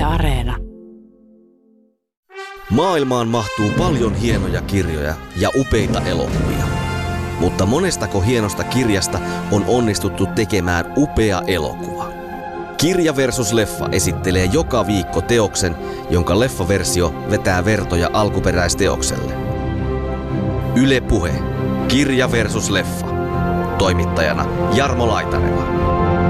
Areena. Maailmaan mahtuu paljon hienoja kirjoja ja upeita elokuvia. Mutta monestako hienosta kirjasta on onnistuttu tekemään upea elokuva? Kirja versus leffa esittelee joka viikko teoksen, jonka leffaversio vetää vertoja alkuperäisteokselle. Yle Puhe. Kirja versus leffa. Toimittajana Jarmo Laitaneva.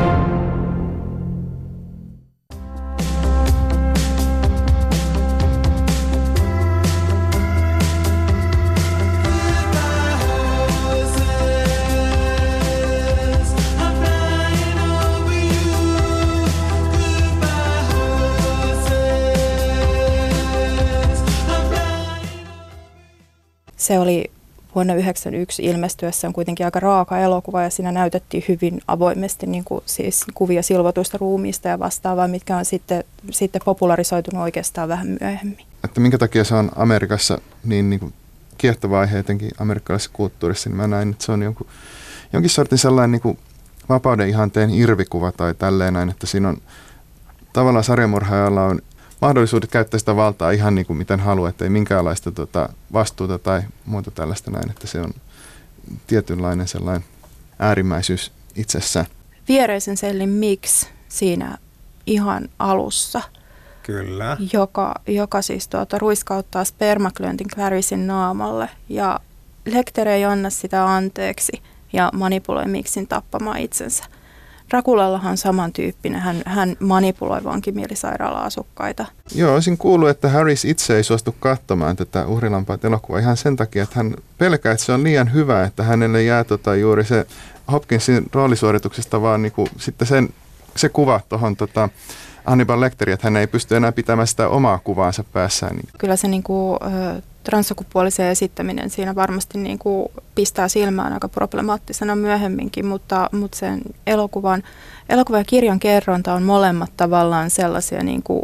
Se oli vuonna 1991 ilmestyessään kuitenkin aika raaka elokuva ja siinä näytettiin hyvin avoimesti niin kuin siis kuvia silvotuista ruumiista ja vastaavaa, mitkä on sitten popularisoitunut oikeastaan vähän myöhemmin. Että minkä takia se on Amerikassa niin kuin kiehtova aihe etenkin amerikkalaisessa kulttuurissa, niin mä näin, että se on jonkin sortin sellainen niin kuin vapauden ihanteen irvikuva tai tälleen näin, että siinä on tavallaan sarjamurhaajalla on mahdollisuudet käyttää sitä valtaa ihan niin kuin miten haluaa, ettei minkäänlaista vastuuta tai muuta tällaista näin, että se on tietynlainen sellainen äärimmäisyys itsessään. Viereisen sellin Mix siinä ihan alussa, kyllä, joka siis ruiskauttaa spermaklöntin Claricein naamalle ja Lecter ei anna sitä anteeksi ja manipuloi Mixin tappamaan itsensä. Draculallahan on samantyyppinen. Hän manipuloi vankimielisairaala-asukkaita. Joo, olisin kuullut, että Harris itse ei suostu katsomaan tätä Uhrilampaat elokuvaa ihan sen takia, että hän pelkää, että se on liian hyvä, että hänelle jää juuri se Hopkinsin roolisuorituksesta vaan niinku, sitten se kuva tuohon Hannibal Lecteriin, että hän ei pysty enää pitämään sitä omaa kuvaansa päässään. Kyllä se transsukupuolisen esittäminen siinä varmasti pistää silmään aika problemaattisena myöhemminkin, mutta sen elokuvan ja kirjan kerronta on molemmat tavallaan sellaisia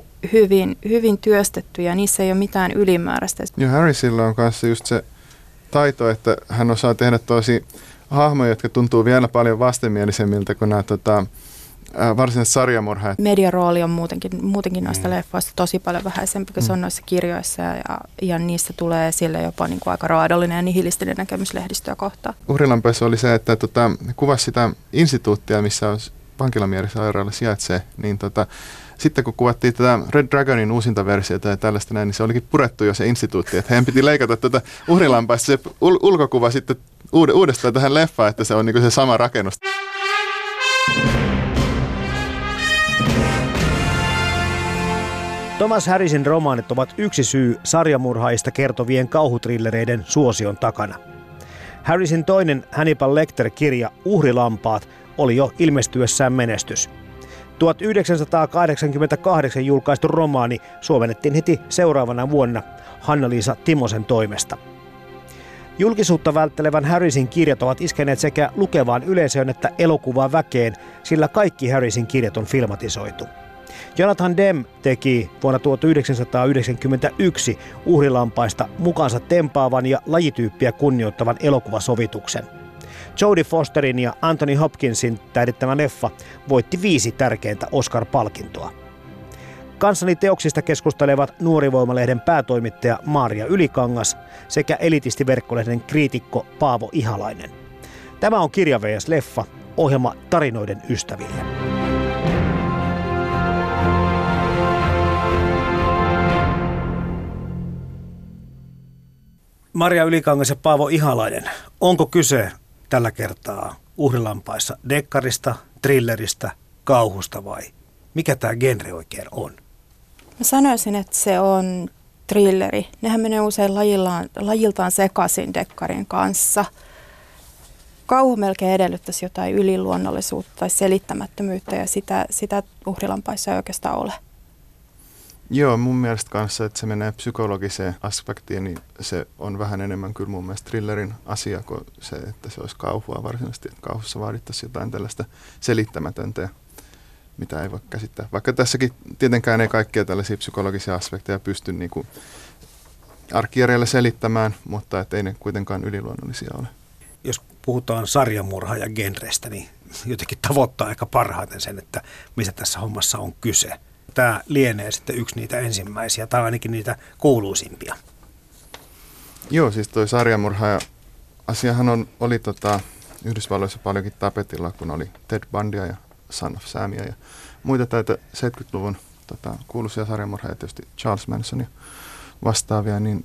hyvin työstettyjä, niissä ei ole mitään ylimääräistä. Ja Harrisilla on kanssa just se taito, että hän osaa tehdä tosi hahmoja, jotka tuntuu vielä paljon vastenmielisemmiltä kuin nämä varsinaiset sarjamurhaajat. Mediarooli on muutenkin noista leffoista tosi paljon vähäisempi kuin se on noissa kirjoissa ja niistä tulee sille jopa aika raadollinen ja nihilistinen näkemys lehdistöä kohtaan. Uhrilampaissa oli se, että kuvasi sitä instituuttia, missä vankilamielisairaala sijaitsee, niin sitten kun kuvattiin tätä Red Dragonin uusinta versiota ja tällaista näin, niin se olikin purettu jo se instituutti, että heidän piti leikata Uhrilampaista se ulkokuva sitten uudestaan tähän leffaan, että se on se sama rakennus. Thomas Harrisin romaanit ovat yksi syy sarjamurhaista kertovien kauhutrillereiden suosion takana. Harrisin toinen Hannibal Lecter-kirja Uhrilampaat oli jo ilmestyessään menestys. 1988 julkaistu romaani suomennettiin heti seuraavana vuonna Hanna-Liisa Timosen toimesta. Julkisuutta välttelevän Harrisin kirjat ovat iskeneet sekä lukevaan yleisöön että elokuvaan väkeen, sillä kaikki Harrisin kirjat on filmatisoitu. Jonathan Demme teki vuonna 1991 Uhrilampaista mukaansa tempaavan ja lajityyppiä kunnioittavan elokuvasovituksen. Jodie Fosterin ja Anthony Hopkinsin tähdittämä leffa voitti 5 tärkeintä Oscar-palkintoa. Kanssani teoksista keskustelevat Nuorivoima-lehden päätoimittaja Maaria Ylikangas sekä elitistiverkkolehden kriitikko Paavo Ihalainen. Tämä on Kirja vs. Leffa, ohjelma tarinoiden ystäville. Maria Ylikangas ja Paavo Ihalainen, onko kyse tällä kertaa Uhrilampaissa dekkarista, thrilleristä, kauhusta vai mikä tämä genre oikein on? Mä sanoisin, että se on thrilleri. Nehän menee usein lajiltaan sekaisin dekkarin kanssa. Kauhu melkein edellyttäisi jotain yliluonnollisuutta tai selittämättömyyttä ja sitä Uhrilampaissa ei oikeastaan ole. Joo, mun mielestä kanssa, että se menee psykologiseen aspektiin, niin se on vähän enemmän kyllä mun mielestä thrillerin asia kuin se, että se olisi kauhua varsinaisesti. Että kauhussa vaadittaisiin jotain tällaista selittämätöntä, mitä ei voi käsittää. Vaikka tässäkin tietenkään ei kaikkia tällaisia psykologisia aspekteja pysty arkijärjellä selittämään, mutta et ei ne kuitenkaan yliluonnollisia ole. Jos puhutaan sarjamurha- ja genrestä, niin jotenkin tavoittaa aika parhaiten sen, että mistä tässä hommassa on kyse. tämä lienee sitten yksi niitä ensimmäisiä tai ainakin niitä kuuluisimpia. Joo, siis toi sarjamurhaaja-asiahan oli Yhdysvalloissa paljonkin tapetilla, kun oli Ted Bundya ja Son of Samia ja muita täitä 70-luvun kuuluisia sarjamurhaajia, tietysti Charles Manson ja vastaavia, niin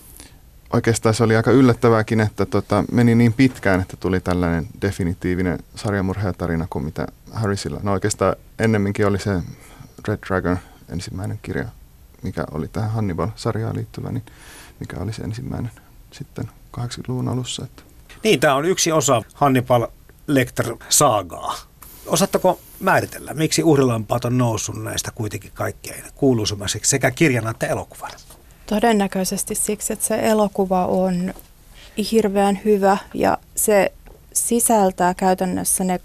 oikeastaan se oli aika yllättävääkin, että meni niin pitkään, että tuli tällainen definitiivinen sarjamurhaajatarina kuin mitä Harrisilla. No oikeastaan ennemminkin oli se Red Dragon ensimmäinen kirja, mikä oli tähän Hannibal-sarjaan liittyvä, niin mikä oli se ensimmäinen sitten 80-luvun alussa. Että. Niin, tämä on yksi osa Hannibal Lecter-saagaa. Osaatteko määritellä, miksi Uhrilampaat on noussut näistä kuitenkin kaikkein kuuluisimmaisiksi sekä kirjana että elokuvana? Todennäköisesti siksi, että se elokuva on hirveän hyvä ja se sisältää käytännössä ne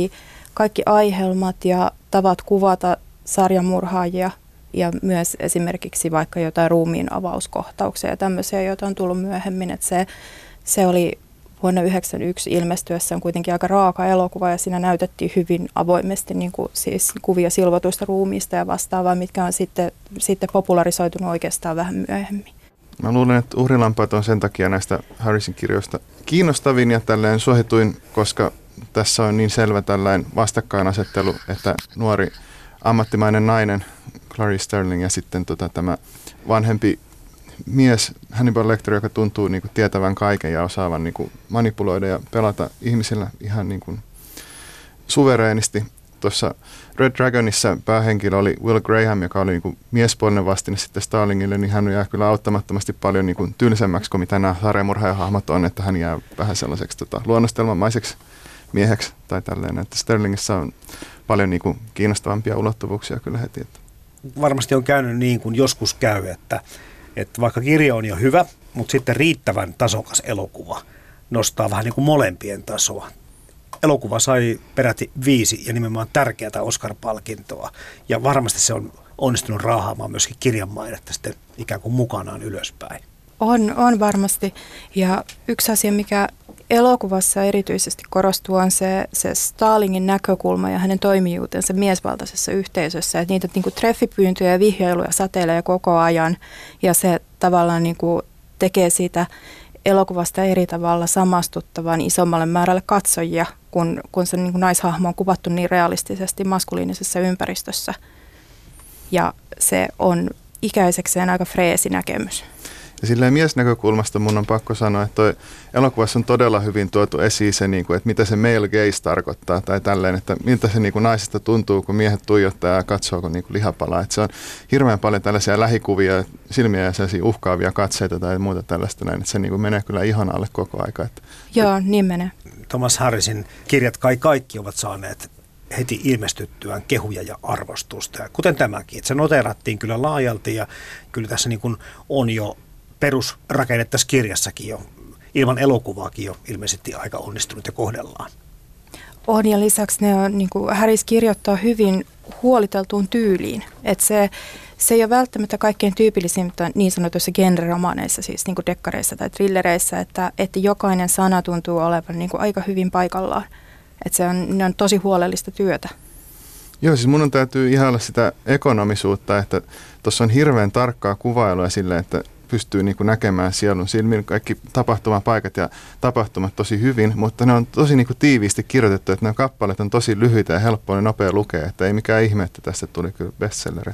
kaikki aihelmat ja tavat kuvata sarjamurhaajia ja myös esimerkiksi vaikka jotain ruumiin avauskohtauksia ja tämmöisiä, joita on tullut myöhemmin. Että se oli vuonna 1991 ilmestyessään kuitenkin aika raaka elokuva ja siinä näytettiin hyvin avoimesti niin kuin siis kuvia silvotuista ruumiista ja vastaavaa, mitkä on sitten popularisoitunut oikeastaan vähän myöhemmin. Mä luulen, että Uhrilampaat on sen takia näistä Harrisin kirjoista kiinnostavin ja tälleen suosituin, koska tässä on niin selvä tällainen vastakkainasettelu, että nuori ammattimainen nainen Clarice Sterling ja sitten tämä vanhempi mies Hannibal Lecter, joka tuntuu niin kuin tietävän kaiken ja osaavan niin kuin manipuloida ja pelata ihmisillä ihan niin kuin suvereenisti. Tuossa Red Dragonissa päähenkilö oli Will Graham, joka oli niin kuin miespuolinen vastine sitten Starlingille, niin hän jää kyllä auttamattomasti paljon niin kuin tylsemmäksi kuin mitä nämä sarjamurhaajahahmot on, että hän jää vähän sellaiseksi luonnostelmamaiseksi mieheksi tai tälleen, että Sterlingissä on paljon niin kuin kiinnostavampia ulottuvuuksia kyllä heti. Että. Varmasti on käynyt niin kuin joskus käy, että vaikka kirja on jo hyvä, mutta sitten riittävän tasokas elokuva nostaa vähän niin kuin molempien tasoa. Elokuva sai peräti 5 ja nimenomaan tärkeää Oscar-palkintoa ja varmasti se on onnistunut raahaamaan myöskin kirjan mainetta sitten ikään kuin mukanaan ylöspäin. On varmasti ja yksi asia, mikä elokuvassa erityisesti korostuu, on se Starlingin näkökulma ja hänen toimijuutensa miesvaltaisessa yhteisössä. Että niitä niin kuin treffipyyntöjä ja vihjailuja sateilee koko ajan ja se tavallaan niin kuin tekee siitä elokuvasta eri tavalla samastuttavan isommalle määrälle katsojia, kun se niin kuin naishahmo on kuvattu niin realistisesti maskuliinisessa ympäristössä. Ja se on ikäisekseen aika freesi näkemys. Ja silleen miesnäkökulmasta mun on pakko sanoa, että toi elokuvassa on todella hyvin tuotu esiin se, että mitä se male gaze tarkoittaa tai tälleen, että miltä se naisesta tuntuu, kun miehet tuijottaa ja katsoo, kun lihapalaa. Että se on hirveän paljon tällaisia lähikuvia, silmiä ja sellaisia uhkaavia katseita tai muuta tällaista näin, että se menee kyllä ihon alle koko aika. Että. Joo, niin menee. Thomas Harrisin kirjat kaikki ovat saaneet heti ilmestyttyään kehuja ja arvostusta. Ja kuten tämäkin, että se noteerattiin kyllä laajalti ja kyllä tässä niin kuin on jo perusrakenne tässä kirjassakin jo, ilman elokuvaakin jo ilmeisesti aika onnistunut ja kohdellaan. On ja lisäksi ne on, niin kuin Harris kirjoittaa hyvin huoliteltuun tyyliin. Että se ei ole välttämättä kaikkein tyypillisintä niin sanotuissa genre-romaaneissa, siis niin kuin dekkareissa tai thrillereissä, että jokainen sana tuntuu olevan niin kuin aika hyvin paikallaan. Että ne on tosi huolellista työtä. Joo, siis mun täytyy ihailla sitä ekonomisuutta, että tuossa on hirveän tarkkaa kuvailua sille, että pystyy niin kuin näkemään sielun silmin kaikki tapahtumapaikat ja tapahtumat tosi hyvin, mutta ne on tosi niin kuin tiiviisti kirjoitettu, että nämä kappaleet on tosi lyhyitä ja helppoa ja nopea lukea, että ei mikään ihme, että tästä tuli kyllä bestseller.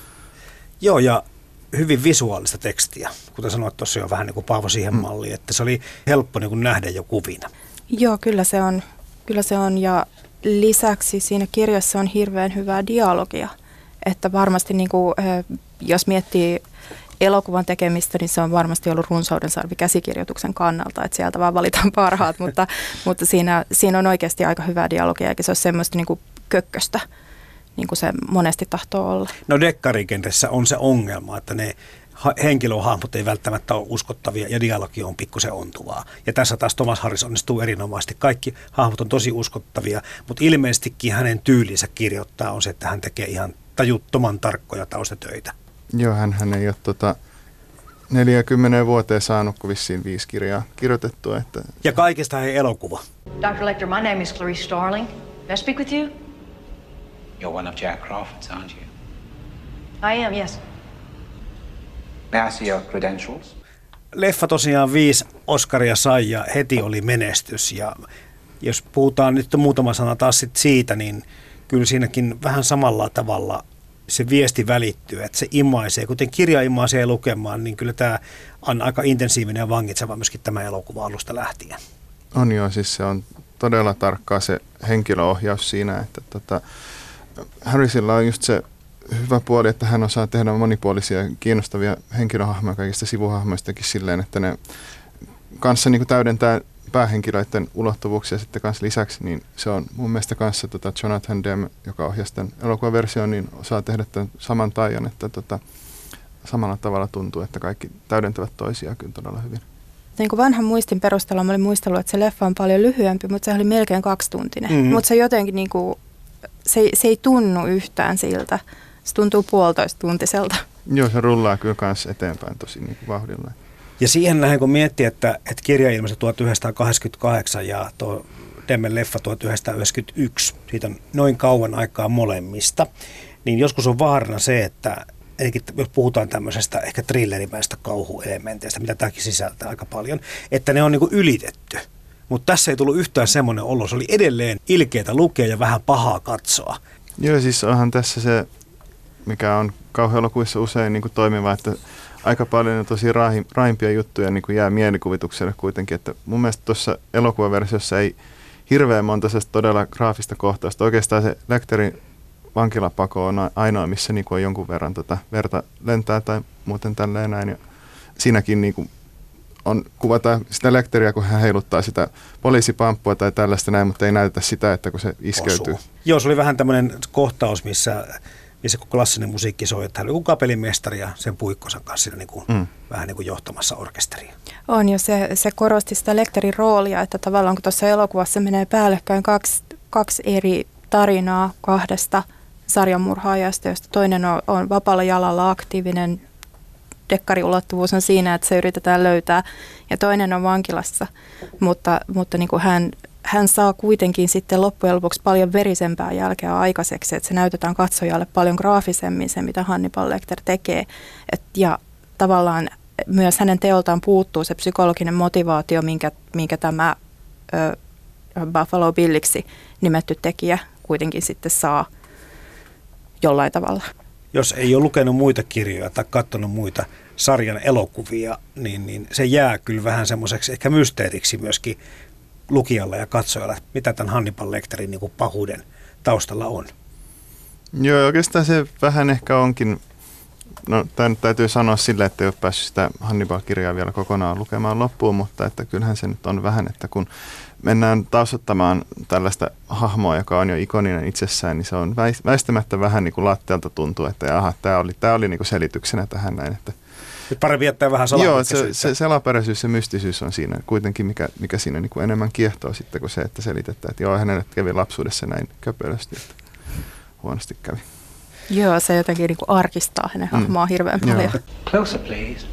Joo, ja hyvin visuaalista tekstiä, kuten sanoit tuossa jo vähän niin kuin Paavo siihen malliin, että se oli helppo niin kuin nähdä jo kuvina. Joo, kyllä se on ja lisäksi siinä kirjassa on hirveän hyvää dialogia, että varmasti niin kuin, jos miettii elokuvan tekemistä, niin se on varmasti ollut runsauden sarvi käsikirjoituksen kannalta, että sieltä vaan valitaan parhaat, mutta siinä on oikeasti aika hyvää dialogia, eikä se ole semmoista niin kuin kökköstä, niin kuin se monesti tahtoo olla. No dekkarikenressä on se ongelma, että ne henkilöhahmot ei välttämättä ole uskottavia ja dialogi on pikkusen ontuvaa. Ja tässä taas Thomas Harris onnistuu erinomaisesti. Kaikki hahmot on tosi uskottavia, mutta ilmeisestikin hänen tyylinsä kirjoittaa on se, että hän tekee ihan tajuttoman tarkkoja taustatöitä. Joo, hän ei ole 40 vuoteen saanut kuin vissiin 5 kirjaa kirjoitettua. Että. Ja kaikesta ei elokuva. Dr. Lecter, my name is Clarice Starling. May I speak with you? You're one of Jack Crawford's, aren't you? I am, yes. May I see your credentials? Leffa tosiaan 5 Oscaria sai ja heti oli menestys. Ja jos puhutaan nyt muutama sana taas siitä, niin kyllä siinäkin vähän samalla tavalla se viesti välittyy, että se imaisee. Kuten kirja imaisee lukemaan, niin kyllä tämä on aika intensiivinen ja vangitseva myöskin tämä elokuva alusta lähtien. On joo, siis se on todella tarkkaa se henkilöohjaus siinä, että Harrisilla on just se hyvä puoli, että hän osaa tehdä monipuolisia ja kiinnostavia henkilöhahmoja kaikista sivuhahmoistakin silleen, että ne kanssa niin kuin täydentää päähenkilöiden ulottuvuuksia sitten kanssa lisäksi, niin se on mun mielestä kanssa Jonathan Demme, joka ohjasi tämän elokuvaversion, niin osaa tehdä tämän saman taian, että samalla tavalla tuntuu, että kaikki täydentävät toisiaan kyllä todella hyvin. Niin kuin vanhan muistin perusteella mä olin muistellut, että se leffa on paljon lyhyempi, mutta se oli melkein 2-tuntinen. Mutta se jotenkin niin kuin, se ei tunnu yhtään siltä. Se tuntuu 1,5-tuntiselta. Joo, se rullaa kyllä kanssa eteenpäin tosi niin kuin vauhdilla. Ja siihen nähden, kun miettii, että kirja ilmestyi 1988 ja tuo Demmen leffa 1991, siitä on noin kauan aikaa molemmista, niin joskus on vaarana se, että jos puhutaan tämmöisestä ehkä thrillerimäistä kauhuelementeistä, mitä tämäkin sisältää aika paljon, että ne on niin kuin ylitetty. Mutta tässä ei tullut yhtään semmoinen olo, se oli edelleen ilkeätä lukea ja vähän pahaa katsoa. Joo, siis onhan tässä se, mikä on kauhuelokuissa usein niin kuin toimiva, että aika paljon on tosi raimpia juttuja niin kuin jää mielikuvitukselle kuitenkin, että mun mielestä tuossa elokuvaversiossa ei hirveän monta todella graafista kohtausta. Oikeastaan se Lecterin vankilapako on ainoa, missä niin kuin on jonkun verran verta lentää tai muuten tälleen näin. Ja siinäkin niin kuin kuvataan sitä Lecteria, kun hän heiluttaa sitä poliisipamppua tai tällaista näin, mutta ei näytetä sitä, että kun se iskeytyy. Joo, se oli vähän tämmöinen kohtaus, missä kun klassinen musiikki soi, että hän oli joku kapellimestari ja sen puikkonsa kanssa siinä niin kuin, vähän niin kuin johtamassa orkesteria. On jo, se korosti sitä Lecterin roolia, että tavallaan kun tuossa elokuvassa menee päällekkäin kaksi eri tarinaa 2 sarjamurhaajasta, josta toinen on vapaalla jalalla aktiivinen. Dekkariulottuvuus on siinä, että se yritetään löytää, ja toinen on vankilassa, mutta niin kuin hän saa kuitenkin sitten loppujen lopuksi paljon verisempää jälkeä aikaiseksi, että se näytetään katsojalle paljon graafisemmin se, mitä Hannibal Lecter tekee, ja tavallaan myös hänen teoltaan puuttuu se psykologinen motivaatio, minkä tämä Buffalo Billiksi nimetty tekijä kuitenkin sitten saa jollain tavalla. Jos ei ole lukenut muita kirjoja tai katsonut muita sarjan elokuvia, niin se jää kyllä vähän semmoiseksi ehkä mysteeriksi myöskin lukijalle ja katsojalle, mitä tämän Hannibal Lecterin niin kuin pahuuden taustalla on. Joo, oikeastaan se vähän ehkä onkin, no tämän täytyy sanoa sille, että ei ole päässyt sitä Hannibal-kirjaa vielä kokonaan lukemaan loppuun, mutta että kyllähän se nyt on vähän, että kun mennään taustattamaan tällaista hahmoa, joka on jo ikoninen itsessään, niin se on väistämättä vähän niin kuin lattealta tuntuu, että aha, tämä oli niin kuin selityksenä tähän näin. Että nyt parempi jättää vähän salaperäisyyttä. Joo, se salaperäisyys ja mystisyys on siinä kuitenkin, mikä siinä niin kuin enemmän kiehtoo sitten kuin se, että selitetään, että joo, hänelle kävi lapsuudessa näin köpelösti, että huonosti kävi. Joo, se jotenkin niin kuin arkistaa hänen hahmoa hirveän paljon. Closer, please.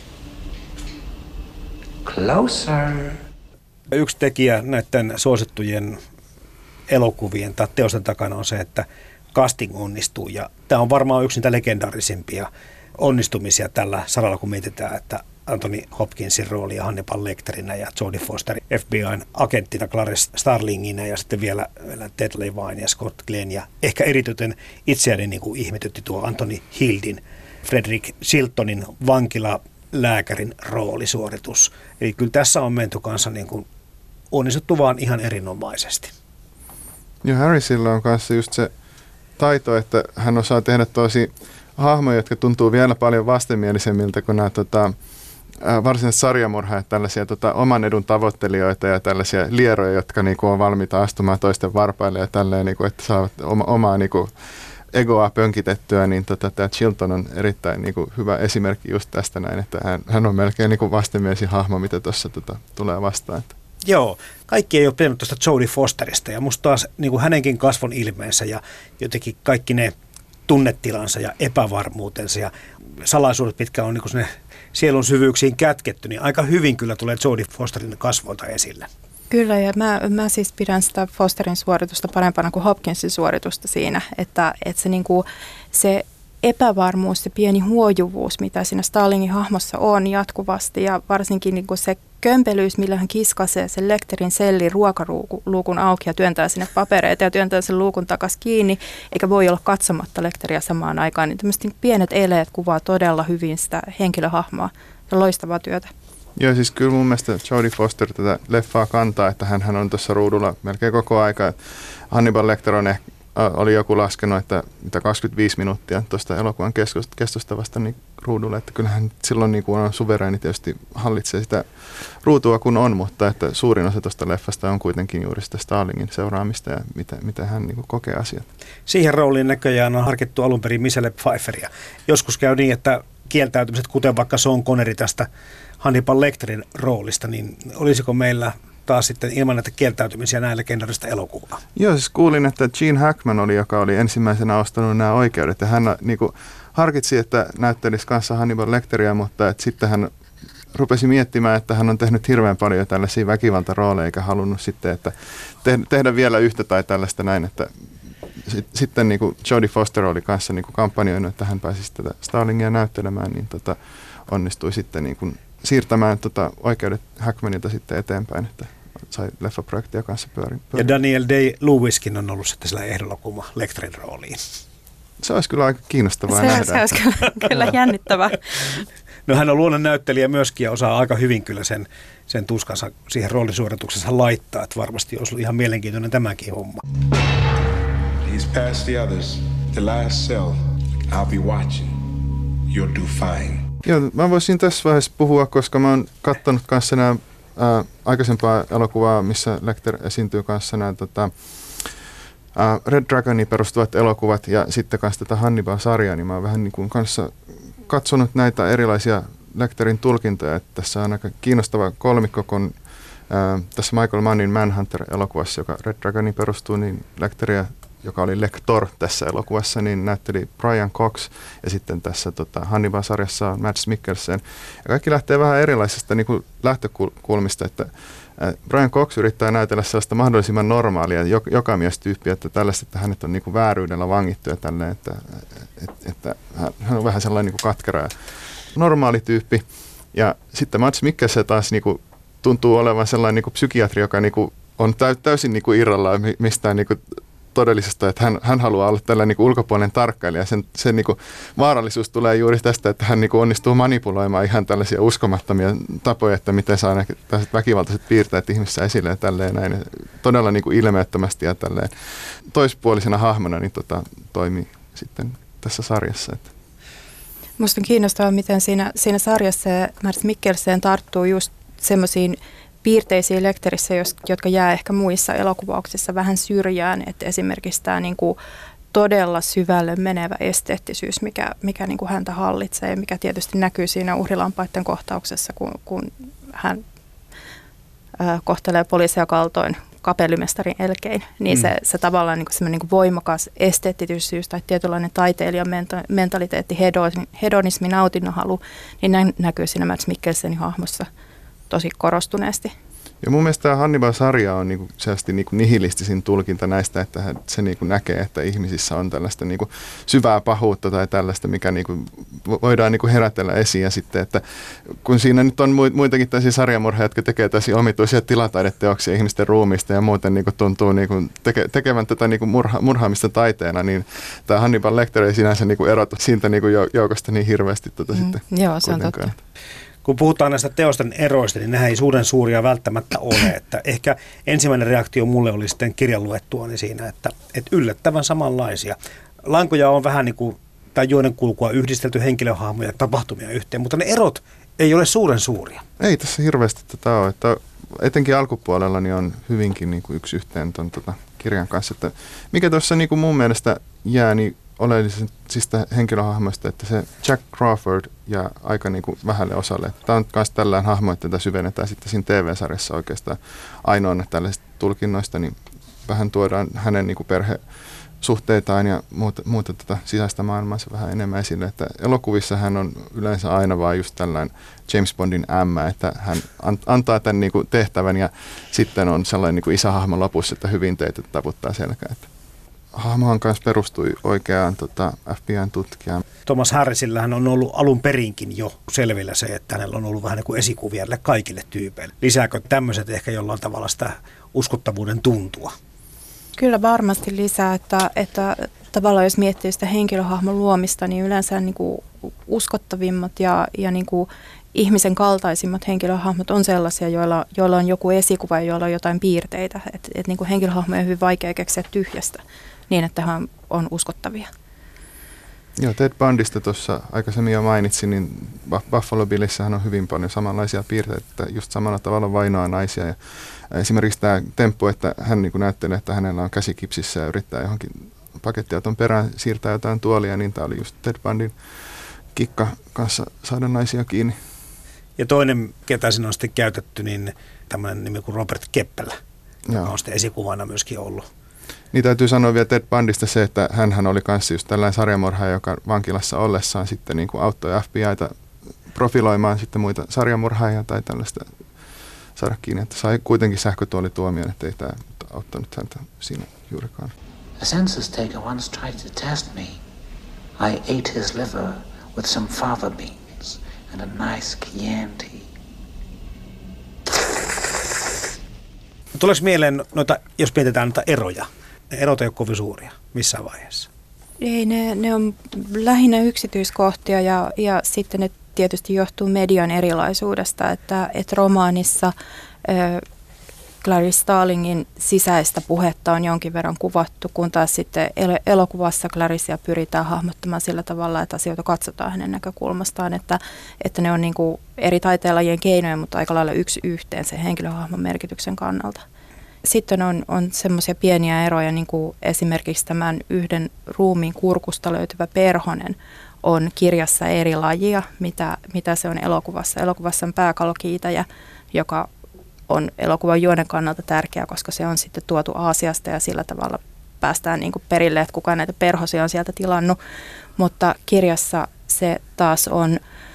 Closer. Yksi tekijä näiden suosittujen elokuvien tai teosten takana on se, että casting onnistuu. Ja tämä on varmaan yksi niitä legendaarisimpia onnistumisia tällä saralla, kun mietitään, että Anthony Hopkinsin roolia Hannibal Lecterinä ja Jodie Foster FBI:n agenttina Clarice Starlinginä ja sitten vielä Ted Levine ja Scott Glenn ja ehkä erityisen itseäni niin kuin ihmetytti tuo Anthony Hildin, Frederick Chiltonin vankilalääkärin roolisuoritus. Eli kyllä tässä on menty kanssa niin kuin onnistuttu vaan ihan erinomaisesti. Ja Harrisilla on kanssa just se taito, että hän osaa tehdä tosi hahmoja, jotka tuntuu vielä paljon vastenmielisemmiltä kuin nämä varsinaiset sarjamurhaajat, tällaisia oman edun tavoittelijoita ja tällaisia lieroja, jotka niinku on valmiita astumaan toisten varpaille ja tälleen, niinku, että saavat omaa niinku egoa pönkitettyä, niin tämä Chilton on erittäin niinku hyvä esimerkki just tästä näin, että hän on melkein niinku vastenmielisin hahmo, mitä tuossa tulee vastaan. Joo, kaikki ei ole pitänyt tuosta Jodie Fosterista ja musta taas niin kuin hänenkin kasvon ilmeensä ja jotenkin kaikki ne tunnetilansa ja epävarmuutensa ja salaisuudet, mitkä on niin kuin sielun syvyyksiin kätketty, niin aika hyvin kyllä tulee Jodie Fosterin kasvoilta esille. Kyllä, ja mä siis pidän sitä Fosterin suoritusta parempana kuin Hopkinsin suoritusta siinä, että se, niin kuin, epävarmuus, se pieni huojuvuus, mitä siinä Starlingin hahmossa on jatkuvasti ja varsinkin niin kuin se kömpelyys, millä hän kiskasee sen Lecterin sellin ruokaluukun auki ja työntää sinne papereita ja työntää sen luukun takaisin kiinni, eikä voi olla katsomatta Lecteria samaan aikaan. Niin tämmöiset pienet eleet kuvaa todella hyvin sitä henkilöhahmoa ja loistavaa työtä. Joo, siis kyllä mun mielestä Jodie Foster tätä leffaa kantaa, että hän on tuossa ruudulla melkein koko aika. Hannibal Lecter oli joku laskenut, että 25 minuuttia tuosta elokuvan kestosta vasta niin ruudulla, että kyllähän silloin niin kuin on suvereeni tietysti hallitsee sitä ruutua kun on, mutta että suurin osa tuosta leffasta on kuitenkin juuri sitä Starlingin seuraamista ja mitä hän niin kuin kokee asiat. Siihen rooliin näköjään on harkittu alun perin Michelle Pfeifferia. Joskus käy niin, että kieltäytymiset, kuten vaikka Sean Connery tästä Hannibal Lecterin roolista, niin olisiko meillä taas sitten ilman näitä kieltäytymisiä näin legendarista elokuvaa? Joo, siis kuulin, että Gene Hackman joka oli ensimmäisenä ostanut nämä oikeudet ja hän niin kuin harkitsi, että näyttelisi kanssa Hannibal Lecteria, mutta että sitten hän rupesi miettimään, että hän on tehnyt hirveän paljon tällaisia väkivaltarooleja eikä halunnut sitten, että tehdä vielä yhtä tai tällaista näin, että sitten niin kuin Jodie Foster oli kanssa niin kuin kampanjoinut, että hän pääsisi tätä Starlingia näyttelemään, niin onnistui sitten niin kuin siirtämään oikeudet Hackmanilta sitten eteenpäin, että sai leffaprojektia kanssa pyörin. Ja Daniel Day-Lewiskin on ollut sitten sillä ehdolla kuma Lecterin rooliin. Se olisi kyllä aika kiinnostavaa nähdä. Se olisi kyllä jännittävää. No hän on luonnonäyttelijä myöskin ja osaa aika hyvin kyllä sen tuskansa siihen roolisuorituksensa laittaa, että varmasti olisi ollut ihan mielenkiintoinen tämäkin homma. He's past the others. The last cell. I'll be watching. You'll do fine. Joo, mä voisin tässä vaiheessa puhua, koska mä oon katsonut kanssa nämä aikaisempaa elokuvaa, missä Lecter esiintyy kanssa nämä Red Dragoniin perustuvat elokuvat ja sitten kanssa tätä Hannibal-sarjaa, niin mä oon vähän niin kuin kanssa katsonut näitä erilaisia Lecterin tulkintoja, että tässä on aika kiinnostava kolmikko, kun tässä Michael Mannin Manhunter-elokuvassa, joka Red Dragoniin perustuu, niin Lecteria, joka oli Lector tässä elokuvassa, niin näytteli Brian Cox ja sitten tässä Hannibal-sarjassa on Mads Mikkelsen. Ja kaikki lähtee vähän erilaisista niin kuin lähtökulmista, että Brian Cox yrittää näytellä sellaista mahdollisimman normaalia jokamiestyyppiä, että tällaista, että hänet on niin kuin vääryydellä vangittu ja tälleen, että hän on vähän sellainen niin kuin katkera ja normaali tyyppi. Ja sitten Mads Mikkelsen taas niin kuin tuntuu olevan sellainen niin kuin psykiatri, joka niin kuin on täysin niin kuin irrallaan mistään niin kuin todellisesta, että hän haluaa olla tällainen niin kuin ulkopuolinen tarkkailija. Sen niin kuin vaarallisuus tulee juuri tästä, että hän niin kuin onnistuu manipuloimaan ihan tällaisia uskomattomia tapoja, että miten saa ne väkivaltaiset piirteet ihmisissä esille ja tälleen näin. Todella niin kuin ilmeettömästi ja tälleen toispuolisena hahmona niin toimii sitten tässä sarjassa. Musta on kiinnostavaa, miten siinä sarjassa Mads Mikkelsen tarttuu just semmoisiin piirteisiin Lecterissä, jotka jää ehkä muissa elokuvauksissa vähän syrjään, että esimerkiksi tämä niin kuin todella syvälle menevä esteettisyys, mikä niin kuin häntä hallitsee ja mikä tietysti näkyy siinä uhrilampaiden kohtauksessa, kun hän kohtelee poliisia kaltoin kapellimestarin elkein, niin se tavallaan niin kuin semmoinen niin kuin voimakas esteettisyys tai tietynlainen taiteilijan mentaliteetti, hedonismi, nautinnonhalu, niin näin näkyy siinä Mads Mikkelsenin hahmossa tosi korostuneesti. Ja mun mielestä tämä Hannibal-sarja on niinku selvästi niinku nihilistisin tulkinta näistä, että se niinku näkee, että ihmisissä on tällaista niinku syvää pahuutta tai tällaista, mikä niinku voidaan niinku herätellä esiin. Ja sitten, että kun siinä nyt on muitakin tällaisia sarjamurheja, jotka tekee tällaisia omituisia tilataideteoksia ihmisten ruumiista ja muuten niinku tuntuu niinku tekevän tätä niinku murhaamista taiteena, niin tämä Hannibal Lecter ei sinänsä niinku erotu siitä niinku joukosta niin hirveästi sitten. Joo, se on totta. Kun puhutaan näistä teosten eroista, niin nehän ei suuria välttämättä ole. Että ehkä ensimmäinen reaktio mulle oli sitten kirjan luettuani siinä, että yllättävän samanlaisia. Lankoja on vähän niin kuin, tai joiden kulkua yhdistelty henkilöhahmoja ja tapahtumia yhteen, mutta ne erot ei ole suuria. Ei tässä hirveästi tätä ole, että etenkin alkupuolella niin on hyvinkin niin kuin yksi yhteen ton kirjan kanssa. Että mikä tuossa niin kuin mun mielestä jää, niin oleellisista henkilöhahmoista, että se Jack Crawford ja aika niin kuin vähälle osalle. Tämä on myös tällainen hahmo, että tätä syvennetään sitten siinä TV-sarjassa oikeastaan ainoana tällaisista tulkinnoista, niin vähän tuodaan hänen niin kuin perhesuhteitaan ja muuta sisäistä maailmaansa vähän enemmän esille. Että elokuvissa hän on yleensä aina vaan just tällainen James Bondin ämmä, että hän antaa tämän niin kuin tehtävän ja sitten on sellainen niin kuin isähahmo lopussa, että hyvin teet, että taputtaa selkää. hahmohan kanssa perustui oikeaan FBI:n tutkijaan. Thomas Harrisillähän on ollut alun perinkin jo selvillä se, että hänellä on ollut vähän niin kuin esikuvia kaikille tyypeille. Lisääkö tämmöiset ehkä jollain tavalla sitä uskottavuuden tuntua? Kyllä varmasti lisää, että tavallaan jos miettii sitä henkilöhahmon luomista, niin yleensä niin kuin uskottavimmat ja niin kuin ihmisen kaltaisimmat henkilöhahmot on sellaisia, joilla on joku esikuva ja joilla on jotain piirteitä. Et niin kuin henkilöhahmoja on hyvin vaikea keksiä tyhjästä niin, että hän on uskottavia. Joo, Ted Bundysta tuossa aikaisemmin jo mainitsin, niin Buffalo Billissähän on hyvin paljon samanlaisia piirteitä, että just samalla tavalla vainoaa naisia. Ja esimerkiksi tämä temppu, että hän niin kuin näyttelee, että hänellä on käsi kipsissä ja yrittää johonkin pakettiauton perään siirtää jotain tuolia, niin tämä oli just Ted Bundyn kikka kanssa saada naisia kiinni. Ja toinen, ketä siinä on sitten käytetty, niin tämmöinen nimi kuin Robert Keppel, joka on sitten esikuvana myöskin ollut. Niin täytyy sanoa vielä Ted Bundysta se, että hänhän oli kanssa just tällainen sarjamurhaaja, joka vankilassa ollessaan sitten niin kuin auttoi FBI:ta profiloimaan sitten muita sarjamurhaajia tai tällaista saada kiinni, että sai kuitenkin sähkötuolituomion, että ei tämä auttanut häntä siinä juurikaan. A census taker once tried to test me. I ate his liver with some fava beans and a nice Chianti. Tuleeko mieleen noita, jos mietitään noita eroja? Ne erot ei ole kovin suuria missään vaiheessa. Ei, ne on lähinnä yksityiskohtia ja sitten ne tietysti johtuu median erilaisuudesta, että romaanissa Clarice Starlingin sisäistä puhetta on jonkin verran kuvattu, kun taas sitten elokuvassa Claricea pyritään hahmottamaan sillä tavalla, että asioita katsotaan hänen näkökulmastaan, että ne on niin kuin eri taiteenlajien keinoja, mutta aika lailla yksi yhteen sen henkilöhahmon merkityksen kannalta. Sitten on semmoisia pieniä eroja, niin kuin esimerkiksi tämän yhden ruumiin kurkusta löytyvä perhonen on kirjassa eri lajia, mitä se on elokuvassa. Elokuvassa on pääkalokiitäjä, joka on elokuvan juonen kannalta tärkeä, koska se on sitten tuotu Aasiasta ja sillä tavalla päästään niin kuin perille, että kuka näitä perhosia on sieltä tilannut. Mutta kirjassa se taas on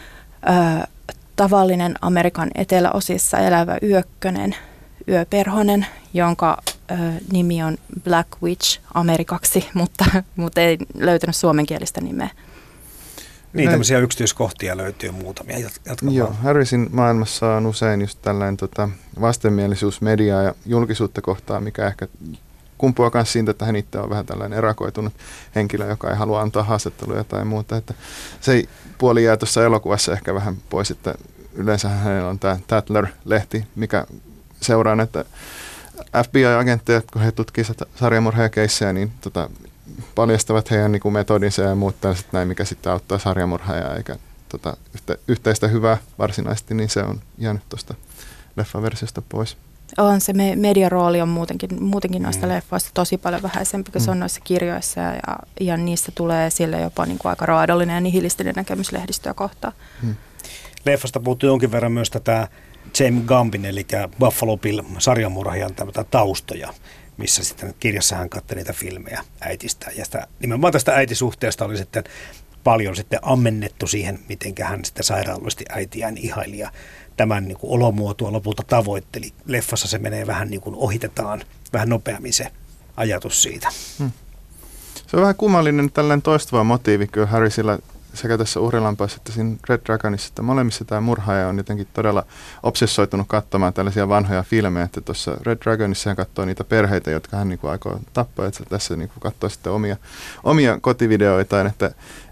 tavallinen Amerikan eteläosissa elävä yökkönen, yöperhonen, jonka nimi on Black Witch amerikaksi, mutta ei löytänyt suomenkielistä nimeä. Niin, tämmöisiä yksityiskohtia löytyy muutamia. Joo, Harrisin maailmassa on usein just tällainen vastenmielisyys mediaa ja julkisuutta kohtaan, mikä ehkä kumpuaa myös siitä, että hän itse on vähän tällainen erakoitunut henkilö, joka ei halua antaa haastatteluja tai muuta. Että se puoli jää tuossa elokuvassa ehkä vähän pois, että yleensä hänellä on tämä Tatler-lehti, mikä seuraa näitä FBI-agentteja, kun he tutkivat sarjamurhaajakeissejä, niin paljastavat heidän niin kuin metodinsa ja muut tällaiset näin, mikä sitten auttaa sarjamurhaajaa, eikä yhteistä hyvää varsinaisesti, niin se on jäänyt tuosta leffaversiosta pois. On se mediarooli on muutenkin noista leffoista tosi paljon vähäisempi, kun se on noissa kirjoissa ja niistä tulee esille jopa niin kuin aika raadollinen ja nihilistinen näkemys lehdistöä kohtaan. Leffasta puhuttu jonkin verran myös tätä James Gambin, eli Buffalo Bill-sarjamurhaajan taustoja, missä sitten kirjassa hän katsoi niitä filmejä äitistä. Ja sitä, nimenomaan tästä äitisuhteesta oli sitten paljon sitten ammennettu siihen, miten hän sitten sairaaloisesti äitiään ihaili ja tämän niin kuin olomuotoa lopulta tavoitteli. Leffassa se menee vähän niin kuin ohitetaan, vähän nopeammin se ajatus siitä. Se on vähän kummallinen tällainen toistuva motiivi kyllä Harrisilla sekä tässä Uhrilampaassa että siinä Red Dragonissa, että molemmissa tämä murhaaja on jotenkin todella obsessoitunut katsomaan tällaisia vanhoja filmejä, että tuossa Red Dragonissa hän katsoo niitä perheitä, jotka hän niin kuin aikoo tappaa, että tässä niin kuin katsoo sitten omia kotivideoitaan, että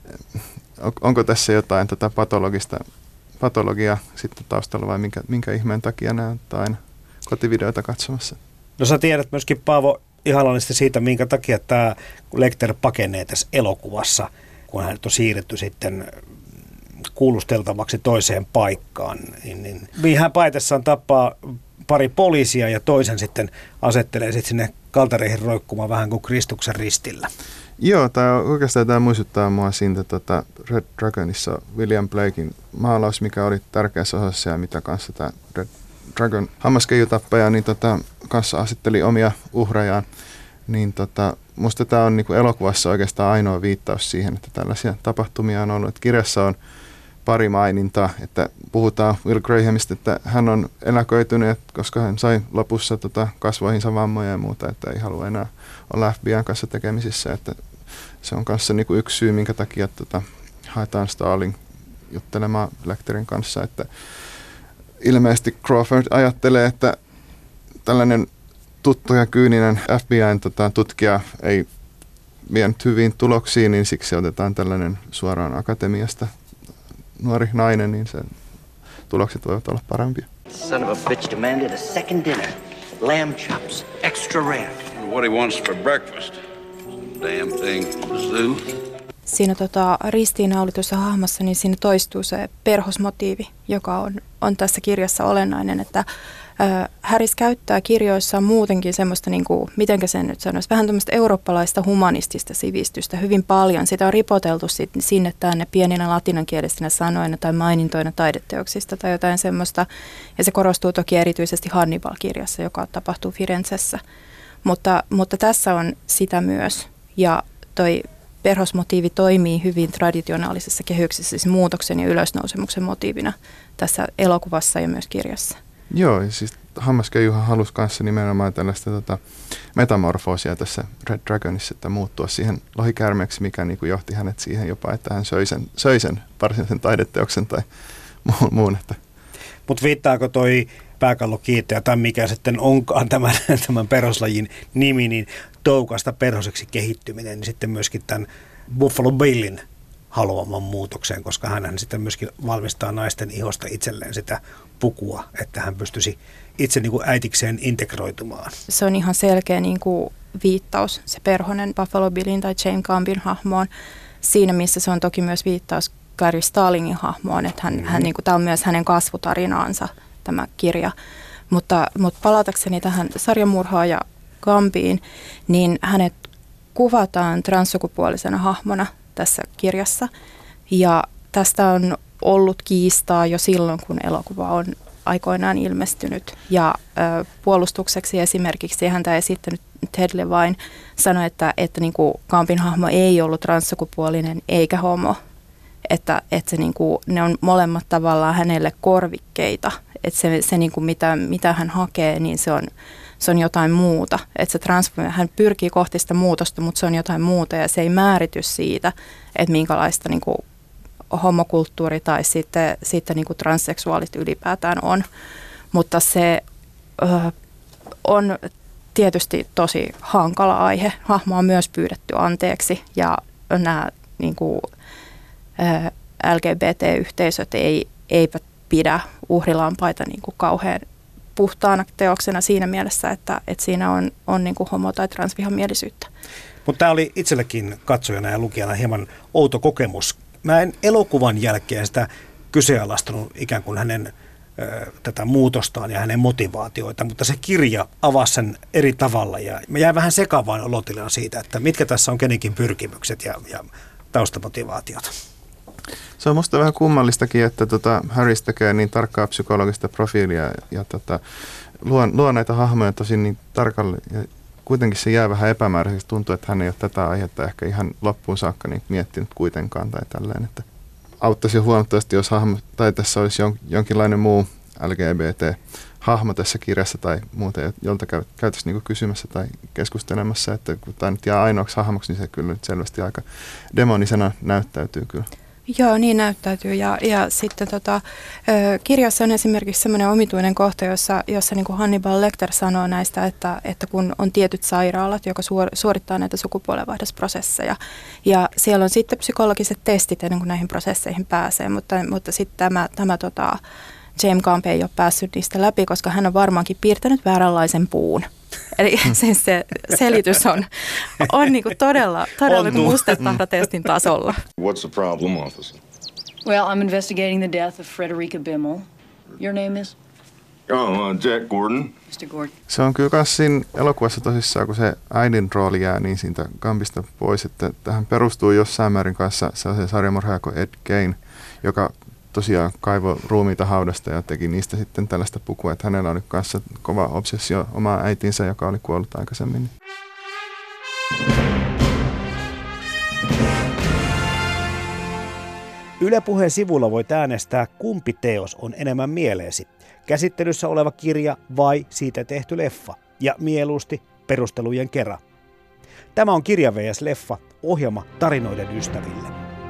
onko tässä jotain patologiaa sitten taustalla vai minkä ihmeen takia nämä on aina kotivideoita katsomassa? No sä tiedät myöskin, Paavo, ihanallisesti siitä, minkä takia tämä Lecter pakenee tässä elokuvassa, kun hänet on siirretty sitten kuulusteltavaksi toiseen paikkaan, niin hän paetessaan tappaa pari poliisia ja toisen sitten asettelee sitten sinne kaltareihin roikkumaan vähän kuin Kristuksen ristillä. Joo, oikeastaan tämä muistuttaa mua siitä Red Dragonissa William Blakein maalaus, mikä oli tärkeässä osassa ja mitä kanssa tämä Red Dragon hammaskeijutappaja niin kanssa asetteli omia uhrejaan. Niin musta tämä on niinku elokuvassa oikeastaan ainoa viittaus siihen, että tällaisia tapahtumia on ollut. Et kirjassa on pari mainintaa, että puhutaan Will Grahamista, että hän on eläköitynyt, koska hän sai lopussa kasvoihinsa vammoja ja muuta, että ei halua enää olla FBI:n kanssa tekemisissä, että se on kanssa niin kuin yksi syy, minkä takia haetaan Starling juttelemaan Lecterin kanssa, että ilmeisesti Crawford ajattelee, että tällainen tuttu ja kyyninen FBI:n tutkija ei vienyt hyviin tuloksiin, niin siksi otetaan tällainen suoraan akatemiasta nuori nainen, niin se tulokset voivat olla parempia. Son of a bitch demanded a second dinner. Lamb chops, extra rare. What he wants for breakfast. Damn thing, zoo. Siinä ristiinnaulitussa hahmossa, niin siinä toistuu se perhosmotiivi, joka on tässä kirjassa olennainen, että Harris käyttää kirjoissaan muutenkin semmoista, niin kuin, mitenkä sen nyt sanoisi, vähän tämmöistä eurooppalaista humanistista sivistystä hyvin paljon. Sitä on ripoteltu sinne tänne pieninä latinankielisinä sanoina tai mainintoina taideteoksista tai jotain semmoista. Ja se korostuu toki erityisesti Hannibal-kirjassa, joka tapahtuu Firenzessä. Mutta tässä on sitä myös. Ja toi perhosmotiivi toimii hyvin traditionaalisessa kehyksessä, siis muutoksen ja ylösnousemuksen motiivina tässä elokuvassa ja myös kirjassa. Joo, ja siis Hammaskeijuhan halusi kanssa nimenomaan tällaista metamorfoosia tässä Red Dragonissa, että muuttua siihen lohikäärmeeksi, mikä niin kuin johti hänet siihen jopa, että hän söi sen varsinaisen taideteoksen tai muun. Mutta viittaako toi pääkallokiittäjä tai mikä sitten onkaan tämän perhoslajin nimi, niin toukasta perhoseksi kehittyminen, niin sitten myöskin tämän Buffalo Billin haluaman muutokseen, koska hän sitten myöskin valmistaa naisten ihosta itselleen sitä pukua, että hän pystyisi itse niin kuin äitikseen integroitumaan. Se on ihan selkeä niin kuin viittaus, se perhonen Buffalo Billin tai James Gambin hahmoon, siinä missä se on toki myös viittaus Clarice Starlingin hahmoon, että tämä on myös hänen kasvutarinaansa tämä kirja. Mutta palatakseni tähän sarjamurhaaja Gambiin, niin hänet kuvataan transsukupuolisena hahmona tässä kirjassa. Ja tästä on ollut kiistaa jo silloin, kun elokuva on aikoinaan ilmestynyt. Ja puolustukseksi esimerkiksi häntä esittänyt Ted Levine sanoi, että niin kuin Gambin hahmo ei ollut transsukupuolinen eikä homo. Että se niin kuin, ne on molemmat tavallaan hänelle korvikkeita. Että se niin kuin mitä hän hakee, niin se on jotain muuta. Että hän pyrkii kohti sitä muutosta, mutta se on jotain muuta ja se ei määrity siitä, että minkälaista niin kuin homokulttuuri tai sitten niin kuin transseksuaalit ylipäätään on. Mutta se on tietysti tosi hankala aihe. Hahmo on myös pyydetty anteeksi ja nämä niin kuin, LGBT-yhteisöt eipä pidä uhrilampaita niin kuin kauhean puhtaana teoksena siinä mielessä, että siinä on niin kuin homo- tai transvihamielisyyttä. Mutta tämä oli itsellekin katsojana ja lukijana hieman outo kokemus. Mä en elokuvan jälkeen sitä kyseenalaistanut ikään kuin hänen tätä muutostaan ja hänen motivaatioita, mutta se kirja avasi sen eri tavalla ja mä jäin vähän sekavaan olotilaan siitä, että mitkä tässä on kenenkin pyrkimykset ja taustamotivaatiot. Se on musta vähän kummallistakin, että Harris tekee niin tarkkaa psykologista profiilia ja luo näitä hahmoja tosi niin tarkalle ja kuitenkin se jää vähän epämääräiseksi. Tuntuu, että hän ei ole tätä aihetta ehkä ihan loppuun saakka niin miettinyt kuitenkaan tai tälleen, että auttaisi jo huomattavasti, jos hahmo tai tässä olisi jonkinlainen muu LGBT-hahmo tässä kirjassa tai muuten, jolta käytäisiin niin kysymässä tai keskustelemassa, että kun tämä nyt jää ainoaksi hahmoksi, niin se kyllä nyt selvästi aika demonisena näyttäytyy kyllä. Joo, niin näyttäytyy. Ja sitten kirjassa on esimerkiksi sellainen omituinen kohta, jossa niin kuin Hannibal Lecter sanoo näistä, että kun on tietyt sairaalat, joka suorittaa näitä sukupuolenvaihdosprosesseja, ja siellä on sitten psykologiset testit ennen kuin näihin prosesseihin pääsee, mutta sitten tämä James Gamb ei ole päässyt niistä läpi, koska hän on varmaankin piirtänyt vääränlaisen puun. Eli se selitys on niinku todella mustetahratestin tasolla. What's the problem, officer? Well, I'm investigating the death of Frederica Bimmel. Your name is? Jack Gordon. Mr. Gordon. Se on kyllä myös siinä elokuvassa tosissaan, kun se äidin rooli jää niin siitä Gambista pois, että tähän perustuu jossain määrin kanssa sellaisen sarjamurhaaja kuin Ed Gein, joka tosiaan kaivoi ruumiita haudasta ja teki niistä sitten tällaista pukua, että hänellä oli kanssa kova obsessio omaa äitinsä, joka oli kuollut aikaisemmin. Yle Puheen sivulla voit äänestää, kumpi teos on enemmän mieleesi. Käsittelyssä oleva kirja vai siitä tehty leffa. Ja mieluusti perustelujen kera. Tämä on Kirja vs. Leffa, ohjelma tarinoiden ystäville.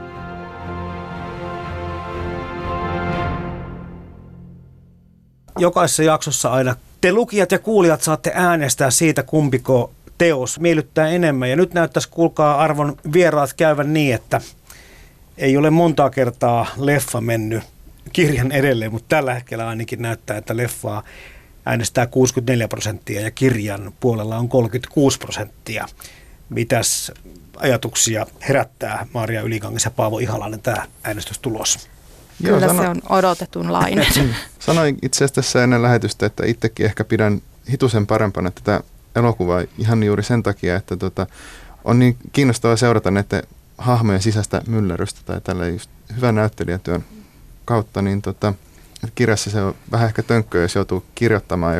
Jokaisessa jaksossa aina te lukijat ja kuulijat saatte äänestää siitä, kumpiko teos miellyttää enemmän. Ja nyt näyttäisi, kuulkaa arvon vieraat, käyvän niin, että ei ole montaa kertaa leffa mennyt kirjan edelleen, mutta tällä hetkellä ainakin näyttää, että leffaa äänestää 64% ja kirjan puolella on 36%. Mitäs ajatuksia herättää Maria Ylikangas ja Paavo Ihalainen tämä äänestystulos? Kyllä se on odotetunlainen. Sanoin itse asiassa tässä ennen lähetystä, että itsekin ehkä pidän hitusen parempana tätä elokuvaa ihan juuri sen takia, että on niin kiinnostavaa seurata näiden hahmojen sisäistä myllerrystä tai tällä just hyvän näyttelijätyön kautta, niin kirjassa se on vähän ehkä tönkköä, jos joutuu kirjoittamaan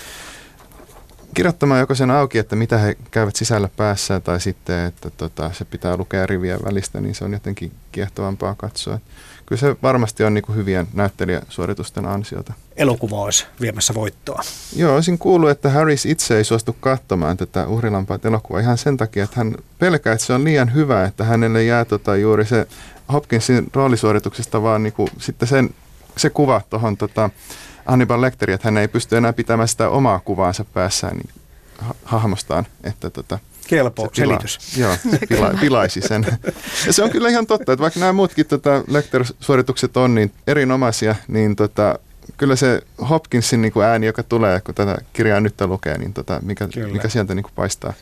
joko sen auki, että mitä he käyvät sisällä päässä, tai sitten, että se pitää lukea rivien välistä, niin se on jotenkin kiehtovampaa katsoa. Kyllä se varmasti on niin kuin hyvien näyttelijäsuoritusten ansiota. Elokuva olisi viemässä voittoa. Joo, olisin kuullut, että Harris itse ei suostu katsomaan tätä Uhrilampaat elokuvaa ihan sen takia, että hän pelkää, että se on liian hyvä, että hänelle jää juuri se Hopkinsin roolisuorituksesta vaan niin kuin sitten se kuva tuohon Hannibal Lecteriin, että hän ei pysty enää pitämään sitä omaa kuvaansa päässään niin hahmostaan, että kelpo selitys. Joo, pilaisi sen. Ja se on kyllä ihan totta, että vaikka nämä muutkin Lecter-suoritukset on niin erinomaisia, niin kyllä se Hopkinsin niin kuin ääni, joka tulee, kun tätä kirjaa nyt lukee, niin mikä sieltä niin kuin paistaa.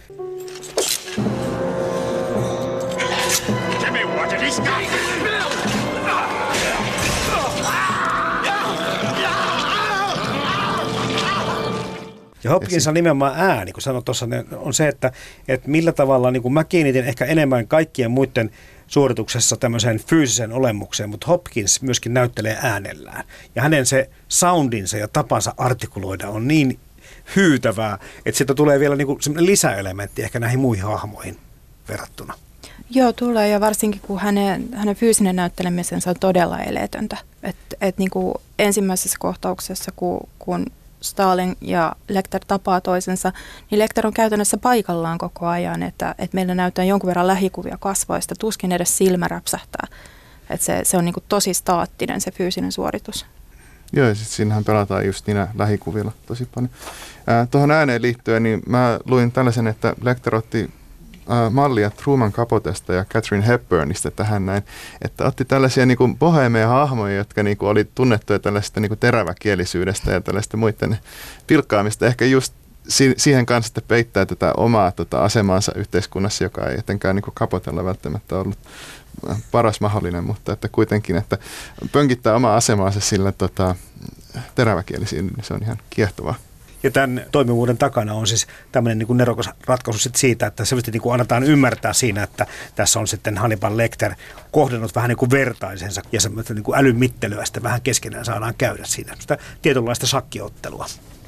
Ja Hopkins on nimenomaan ääni, kun sanoin tuossa, on se, että millä tavalla, niin kuin mä kiinnitin ehkä enemmän kaikkien muiden suorituksessa tämmöiseen fyysiseen olemukseen, mutta Hopkins myöskin näyttelee äänellään. Ja hänen se soundinsa ja tapansa artikuloida on niin hyytävää, että siitä tulee vielä niin kuin semmoinen lisäelementti ehkä näihin muihin hahmoihin verrattuna. Joo, tulee, ja varsinkin kun hänen fyysinen näyttelemisensä on todella eleetöntä. Et niin kuin ensimmäisessä kohtauksessa, kun Stalin ja Lecter tapaa toisensa, niin Lecter on käytännössä paikallaan koko ajan, että meillä näyttää jonkun verran lähikuvia kasvoista, tuskin edes silmä räpsähtää. Että se on niin kuin tosi staattinen se fyysinen suoritus. Joo, ja sitten siinähän pelataan just niillä lähikuvilla tosi paljon. Tuohon ääneen liittyen, niin mä luin tällaisen, että Lecter otti mallia Truman Capotesta ja Katharine Hepburnista tähän näin, että otti tällaisia niin kuin bohemeja hahmoja, jotka niin kuin oli tunnettuja tällaista niin kuin teräväkielisyydestä ja tällaista muiden pilkkaamista. Ehkä just siihen kanssa, että peittää tätä omaa asemaansa yhteiskunnassa, joka ei etenkään niin kuin Capotella välttämättä ollut paras mahdollinen, mutta että kuitenkin, että pönkittää omaa asemaansa sillä teräväkielisiin, niin se on ihan kiehtovaa. Ja tämän toimivuuden takana on siis tämmöinen niin kuin nerokas ratkaisu siitä, että selvästi niin kuin annetaan ymmärtää siinä, että tässä on sitten Hannibal Lecter kohdannut vähän niin kuin vertaisensa ja semmoista niin kuin älymittelyä sitten vähän keskenään saadaan käydä siinä. Sitä tietynlaista shakkiottelua.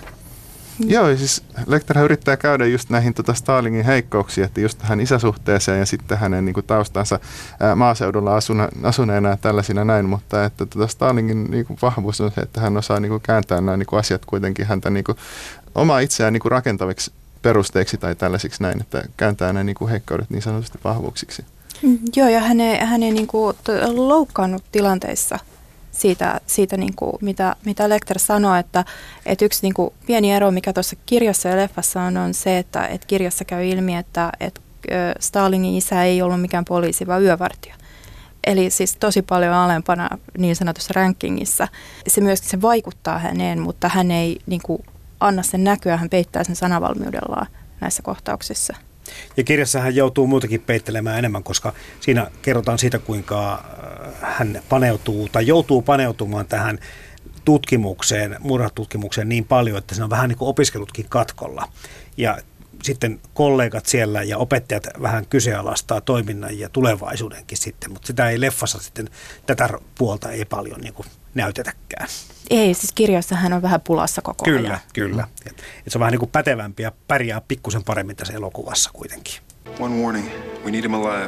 Joo, ja siis Lecterhän yrittää käydä just näihin Stalinin heikkouksiin, että just tähän isäsuhteeseen ja sitten hänen niin kuin taustansa maaseudulla asuneena ja tällaisina näin, mutta että Stalinin niin kuin vahvuus on se, että hän osaa niin kuin kääntää nämä niin kuin asiat kuitenkin häntä niin kuin omaa itseään niin kuin rakentaviksi perusteiksi tai tällaisiksi näin, että kääntää nämä niin kuin heikkoudet niin sanotusti vahvuuksiksi. Joo, ja hän ei niin kuin loukkaannut tilanteissa siitä niin kuin, mitä Lecter sanoi, että yksi niin kuin pieni ero, mikä tuossa kirjassa ja leffassa on se, että kirjassa käy ilmi, että Stalinin isä ei ollut mikään poliisi, vaan yövartija. Eli siis tosi paljon alempana niin sanotussa rankingissa. Se myöskin se vaikuttaa häneen, mutta hän ei niin kuin anna sen näkyä, hän peittää sen sanavalmiudellaan näissä kohtauksissa. Ja kirjassa hän joutuu muutakin peittelemään enemmän, koska siinä kerrotaan siitä, kuinka hän paneutuu tai joutuu paneutumaan tähän tutkimukseen, murhatutkimukseen niin paljon, että siinä on vähän niin kuin opiskelutkin katkolla. Ja sitten kollegat siellä ja opettajat vähän kyseenalaistaa toiminnan ja tulevaisuudenkin sitten, mutta sitä ei leffassa sitten, tätä puolta ei paljon niin kuin näytetäkään. Ei, siis kirjassa hän on vähän pulassa koko ajan. Kyllä. Et se on vähän niin kuin pätevämpi ja pärjää pikkusen paremmin tässä elokuvassa kuitenkin. One warning. We need him alive.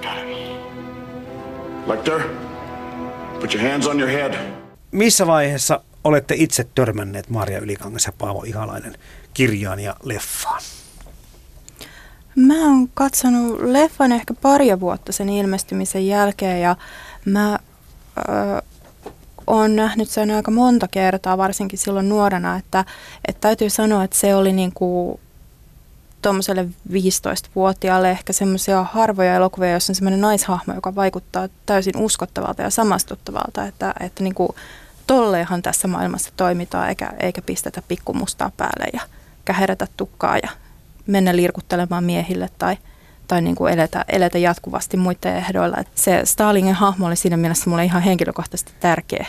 Lecter, put your hands on your head. Missä vaiheessa olette itse törmänneet Maria Ylikangas ja Paavo Ihalainen kirjaan ja leffaan? Mä oon katsonut leffan ehkä pari vuotta sen ilmestymisen jälkeen ja mä oon nähnyt sen aika monta kertaa, varsinkin silloin nuorena, että täytyy sanoa, että se oli niinku tuommoiselle 15-vuotiaalle ehkä semmoisia harvoja elokuvia, jossa on semmoinen naishahmo, joka vaikuttaa täysin uskottavalta ja samastuttavalta, että niinku tolleenhan tässä maailmassa toimitaan eikä pistetä pikkumustaa päälle ja käherätä tukkaa ja mennä lirkuttelemaan miehille tai niin kuin eletä jatkuvasti muiden ehdoilla. Et se Stalingin hahmo oli siinä mielessä mulle ihan henkilökohtaisesti tärkeä.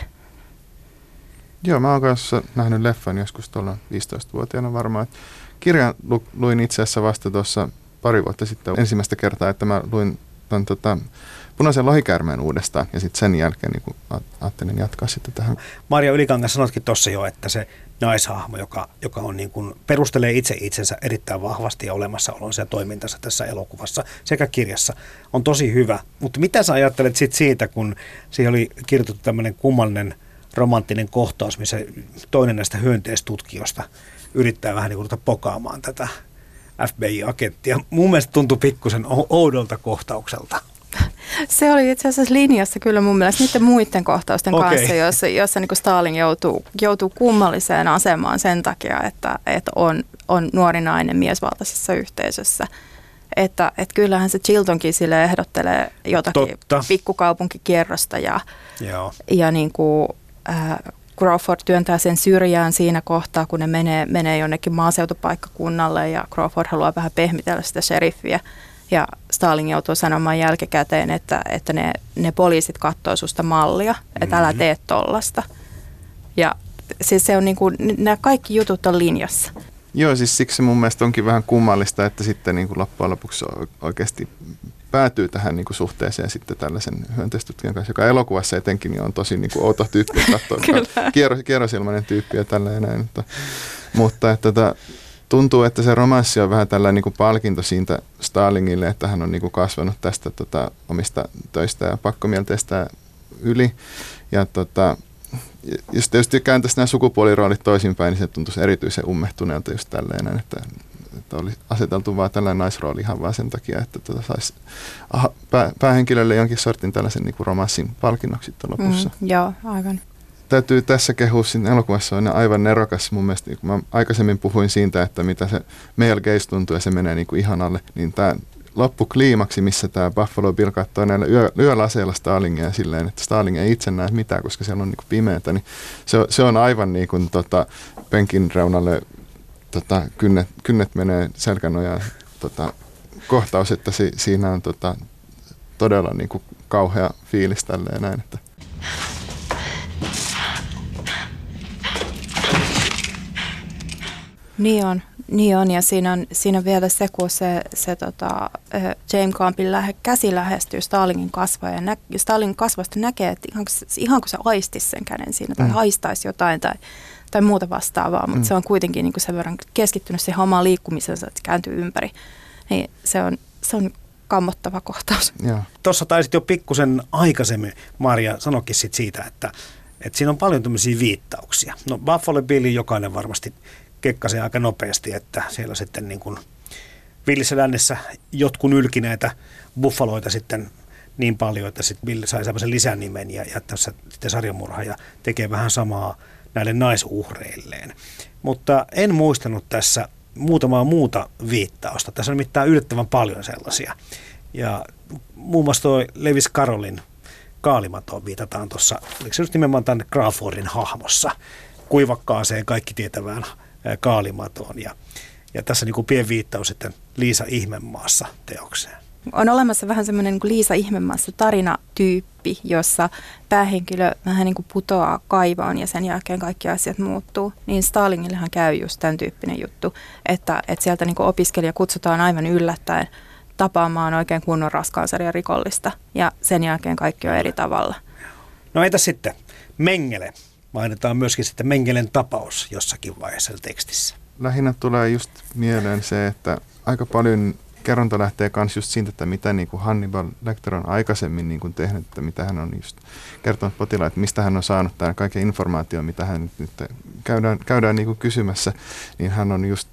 Joo, mä oon kanssa nähnyt leffan joskus tuolla 15-vuotiaana varmaan. Kirjan luin itse asiassa vasta tuossa pari vuotta sitten ensimmäistä kertaa, että mä luin ton Punaisen lohikäärmeen uudestaan ja sitten sen jälkeen niin ajattelin jatkaa sitten tähän. Marja Ylikangas sanotkin tuossa jo, että se naishahmo, joka on niin kuin perustelee itsensä erittäin vahvasti ja olemassaolonsa ja toimintansa tässä elokuvassa sekä kirjassa, on tosi hyvä. Mutta mitä sä ajattelet siitä, kun siihen oli kirjoitettu tämmöinen kummallinen romanttinen kohtaus, missä toinen näistä hyönteistutkijoista yrittää vähän niin kuin pokaamaan tätä FBI-agenttia. Mun mielestä tuntui pikkusen oudolta kohtaukselta. Se oli itse asiassa linjassa kyllä mun mielestä niiden muiden kohtausten kanssa, jossa niin kuin Stalin joutuu kummalliseen asemaan sen takia, että on nuori nainen miesvaltaisessa yhteisössä. Että kyllähän se Chiltonkin sille ehdottelee jotakin pikkukaupunkikierrosta ja niin kuin, Crawford työntää sen syrjään siinä kohtaa, kun ne menee jonnekin maaseutupaikkakunnalle ja Crawford haluaa vähän pehmitellä sitä sheriffiä. Ja Stalin joutuu sanomaan jälkikäteen, että ne poliisit katsoo susta mallia, että älä tee tollasta. Ja siis se on niin kuin, nämä kaikki jutut on linjassa. Joo, siis siksi mun mielestä onkin vähän kummallista, että sitten niin kuin loppujen lopuksi oikeasti päätyy tähän niin kuin suhteeseen sitten tällaisen hyönteistutkijan kanssa, joka elokuvassa etenkin niin on tosi niin kuin outo tyyppi, katsoo kierrosilmainen tyyppi ja tällainen. Mutta että tuntuu, että se romanssi on vähän tällainen niin kuin palkinto siitä Stalingille, että hän on niin kuin kasvanut tästä omista töistä ja pakkomielteistä yli. Ja jos tietysti kääntäisi nämä sukupuoliroolit toisinpäin, niin se tuntuisi erityisen ummehtuneelta just tälleen, että oli aseteltu vaan tällainen naisrooli ihan vaan sen takia, että saisi päähenkilölle jonkin sortin tällaisen niin kuin romanssin palkinnoksi lopussa. Joo, aivan. Täytyy tässä kehua, siinä elokuvassa on aivan nerokas mun mielestä, kun mä aikaisemmin puhuin siitä, että mitä se male gaze tuntuu ja se menee niin kuin ihan alle, niin tämä loppukliimaksi, missä tämä Buffalo Bill katsoo näillä yölaseilla Stalinia silleen, että Stalin ei itse näe mitään, koska siellä on niin kuin pimeätä, niin se on aivan niin kuin penkin reunalle kynnet menee selkänojaan kohtaus, että siinä on todella niin kuin kauhea fiilis tälleen näin, että Niin on, ja siinä on vielä se, kun se James Campin käsi lähestyy Stalinin kasvoja, ja Stalinin kasvasta näkee, että ihan kun se aistisi sen käden siinä, tai haistaisi jotain, tai muuta vastaavaa, mutta se on kuitenkin niin kuin sen verran keskittynyt siihen omaan liikkumisensa, että se kääntyy ympäri. Niin se on kammottava kohtaus. Tuossa taisit jo pikkusen aikaisemmin, Marja, sanokin siitä, että siinä on paljon tämmöisiä viittauksia. No Buffalo Billin jokainen varmasti kekkasi aika nopeasti, että siellä sitten niin kuin Villissä lännessä jotkun ylkineitä buffaloita sitten niin paljon, että sitten Bill sai sellaisen lisänimen ja tässä sitten sarjamurhaaja tekee vähän samaa näille naisuhreilleen. Mutta en muistanut tässä muutamaa muuta viittausta. Tässä on nimittäin yllättävän paljon sellaisia. Ja muun muassa tuo Lewis Carrollin Kaalimatoon viitataan tuossa, oliko se just nimenomaan tämän Crawfordin hahmossa, kuivakkaaseen kaikki tietävään Kaalimatoon. Ja tässä niin kuin pieni viittaus sitten Liisa Ihmemaassa teokseen. On olemassa vähän semmoinen niin kuin Liisa Ihmemaassa tarinatyyppi, jossa päähenkilö vähän niin kuin putoaa kaivoon ja sen jälkeen kaikki asiat muuttuu. Niin Stalinillehan käy just tämän tyyppinen juttu, että sieltä niin kuin opiskelija kutsutaan aivan yllättäen tapaamaan oikein kunnon raskaansarjan rikollista ja sen jälkeen kaikki on eri tavalla. No entä sitten Mengele? Mainitaan myöskin sitten Mengelen tapaus jossakin vaiheessa tekstissä. Lähinnä tulee just mieleen se, että aika paljon kerronta lähtee myös just siitä, että mitä niin kuin Hannibal Lecter on aikaisemmin niin kuin tehnyt, että mitä hän on just kertonut potilaille, että mistä hän on saanut tämän kaiken informaation, mitä hän nyt käydään niin kuin kysymässä, niin hän on just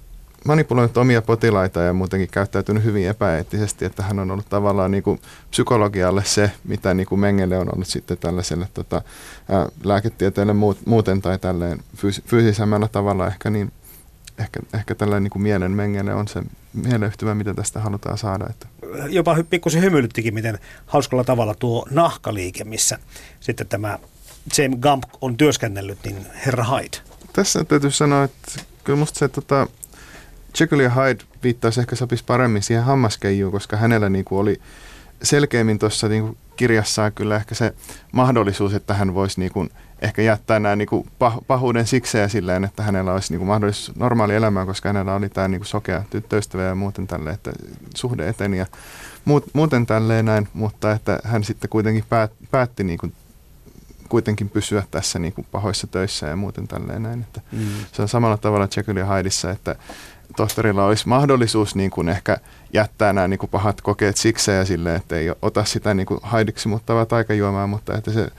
manipuloinut omia potilaita ja muutenkin käyttäytynyt hyvin epäeettisesti, että hän on ollut tavallaan niin kuin psykologialle se, mitä niin kuin Mengele on ollut sitten tällaiselle lääketieteelle muuten tai tälleen fyysisemmällä tavalla ehkä niin. Ehkä tällainen niin kuin mielen Mengele on se mieleyhtymä, mitä tästä halutaan saada. Että. Jopa pikkusen hymyilyttikin, miten hauskalla tavalla tuo nahkaliike, missä sitten tämä James Gump on työskennellyt, niin herra Hyde. Tässä täytyy sanoa, että kyllä musta se Jekyll ja Hyde viittaus ehkä sopisi paremmin siihen hammaskeijuun, koska hänellä niin kuin oli selkeämmin tuossa niin kuin kirjassaan kyllä ehkä se mahdollisuus, että hän voisi niin kuin ehkä jättää nämä niin kuin pahuuden sikseen silleen, että hänellä olisi niin kuin mahdollisuus normaali elämään, koska hänellä oli tämä niin kuin sokea tyttöystävä ja muuten tälleen, että suhde eteni ja muuten tälleen näin, mutta että hän sitten kuitenkin päätti niin kuin kuitenkin pysyä tässä niin kuin pahoissa töissä ja muuten tälleen näin. Että se on samalla tavalla Jekyll ja Hydessa, että tohtorilla olisi mahdollisuus niin kuin ehkä jättää nämä niin kuin pahat kokeet sikseen ja silleen, että ei ota sitä niin kuin Hydeksi muuttavaa taikajuomaa, mutta että se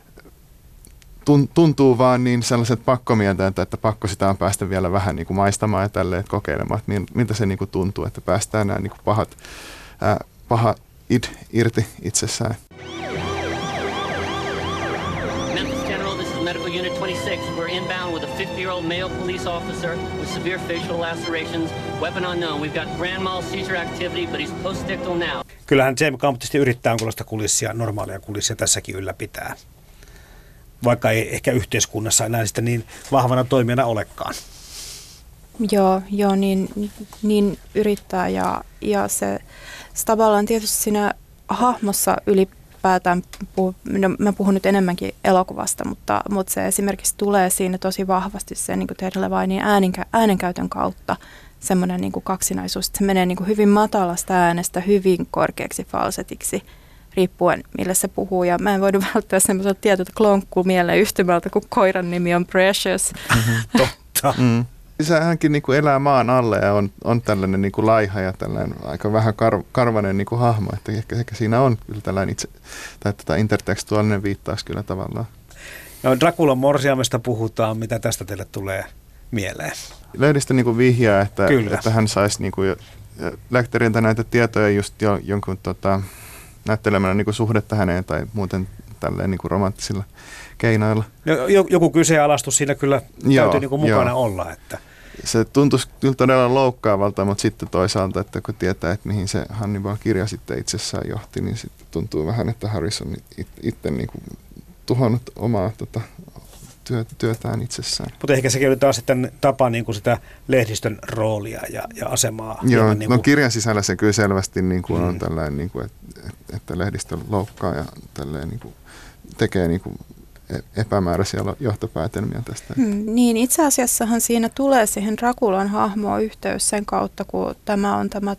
tuntuu vaan niin sellaiset pakkomieltä, että pakko sitä on päästä vielä vähän niin kuin maistamaan ja tälleen, että kokeilemaan, että miltä se niin kuin tuntuu, että päästään nämä niin kuin paha id irti itsessään. Medical Unit 26, we're inbound with a 50-year-old male police officer with severe facial lacerations, weapon unknown. We've got grand mal seizure activity, but he's post-ictal now. Kyllähän James Gump tietysti yrittää jonkinlaista kulissia, normaalia kulissia tässäkin ylläpitää, vaikka ei ehkä yhteiskunnassa enää sitä niin vahvana toimijana olekaan. Joo, niin yrittää ja se tavallaan tietysti siinä hahmossa ylipäätään, mä puhun nyt enemmänkin elokuvasta, mutta se esimerkiksi tulee siinä tosi vahvasti se niin kuin Ted Levinin äänenkäytön kautta semmoinen niin kuin kaksinaisuus, että se menee niin kuin hyvin matalasta äänestä hyvin korkeaksi falsetiksi, riippuen millä se puhuu. Ja mä en voinut välttää semmoiselta tietyltä klonkkumieleen yhtymältä, kun koiran nimi on Precious. Totta. Hänkin niin kuin elää maan alle ja on tällainen niin kuin laiha ja tällainen aika vähän karvainen niin kuin hahmo. Että ehkä siinä on kyllä tällainen intertekstuaalinen viittaus kyllä tavallaan. No, Draculan morsiamesta puhutaan. Mitä tästä teille tulee mieleen? Lehdistö niin kuin vihjaa, että hän saisi niin kuin Lecteriltä näitä tietoja just jonkun näyttelemällä niin kuin suhdetta häneen tai muuten tälleen niin kuin romanttisilla keinoilla. Joku kyseenalaistus siinä kyllä täytyy niin kuin mukana olla. Että. Se tuntuisi kyllä todella loukkaavalta, mutta sitten toisaalta, että kun tietää, että mihin se Hannibal-kirja sitten itsessään johti, niin sitten tuntuu vähän, että Harrison itse niin kuin tuhonnut omaa työtään itsessään. Mutta ehkä sekin oli taas sitten tapa niin kuin sitä lehdistön roolia ja asemaa. Joo, niin kuin. Kirjan sisällä se kyllä selvästi niin kuin on tällainen, niin kuin, että lehdistö loukkaa ja tälleen, niin kuin, tekee niin kuin epämääräisiä johtopäätelmiä tästä. Niin, itse asiassahan siinä tulee siihen Draculan hahmoon yhteys sen kautta, kun tämä on tämä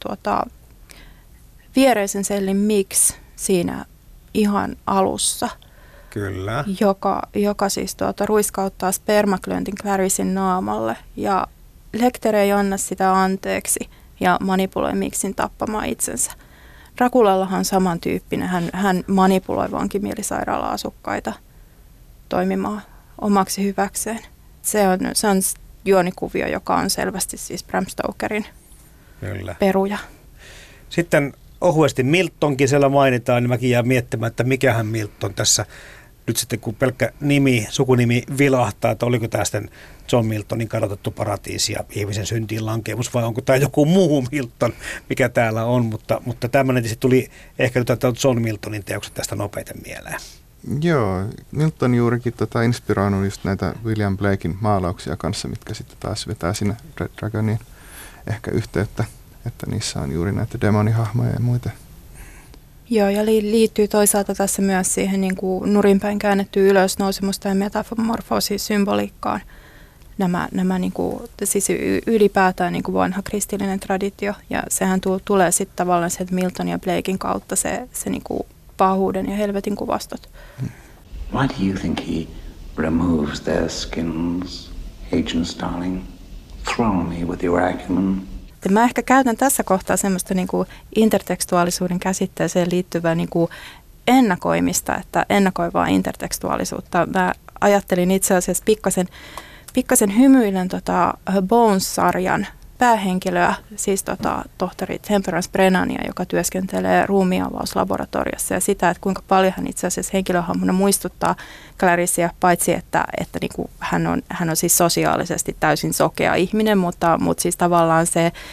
viereisen sellin mix siinä ihan alussa. Kyllä. Joka siis ruiskauttaa spermaklöntin Claricen naamalle ja Lecter ei anna sitä anteeksi ja manipuloi Mixin tappamaan itsensä. Draculallahan on samantyyppinen, hän manipuloi vankimielisairaala-asukkaita toimimaan omaksi hyväkseen. Se on juonikuvio, joka on selvästi siis Bram Stokerin peruja. Sitten ohuesti Miltonkin siellä mainitaan, niin mäkin jään miettimään, että mikähän Milton tässä nyt sitten kun pelkkä sukunimi vilahtaa, että oliko tämä sitten John Miltonin kadotettu paratiisi ja ihmisen syntiin lankemus vai onko tämä joku muu Milton, mikä täällä on, mutta tämmöinen tietysti tuli ehkä nyt John Miltonin teokset tästä nopeiten mieleen. Joo, Milton juurikin inspiroinut just näitä William Blakein maalauksia kanssa, mitkä sitten taas vetää sinne Red Dragoniin ehkä yhteyttä, että niissä on juuri näitä demonihahmoja ja muita. Joo, ja liittyy toisaalta tässä myös siihen niin kuin nurinpäin käännettyyn ylösnousemusta ja metamorfoosi-symboliikkaan. Nämä niin kuin, siis ylipäätään niin kuin vanha kristillinen traditio, ja sehän tulee sitten tavallaan sieltä Milton ja Blakein kautta se niin kuin pahuuden ja helvetin kuvastot. Why do you think he removes their skins, Agent Starling? Throw me with your acumen. Mä ehkä käytän tässä kohtaa semmoista niin kuin intertekstuaalisuuden käsitteeseen liittyvää niin kuin ennakoimista, että ennakoivaa intertekstuaalisuutta. Mä ajattelin itse asiassa pikkasen hymyilen Bones-sarjan päähenkilöä, siis tohtori Temperance Brennania, joka työskentelee ruumiinavauslaboratoriossa, ja sitä, että kuinka paljon hän itse asiassa henkilöhahmona muistuttaa Claricea, paitsi että niin kuin hän on siis sosiaalisesti täysin sokea ihminen, mutta siis tavallaan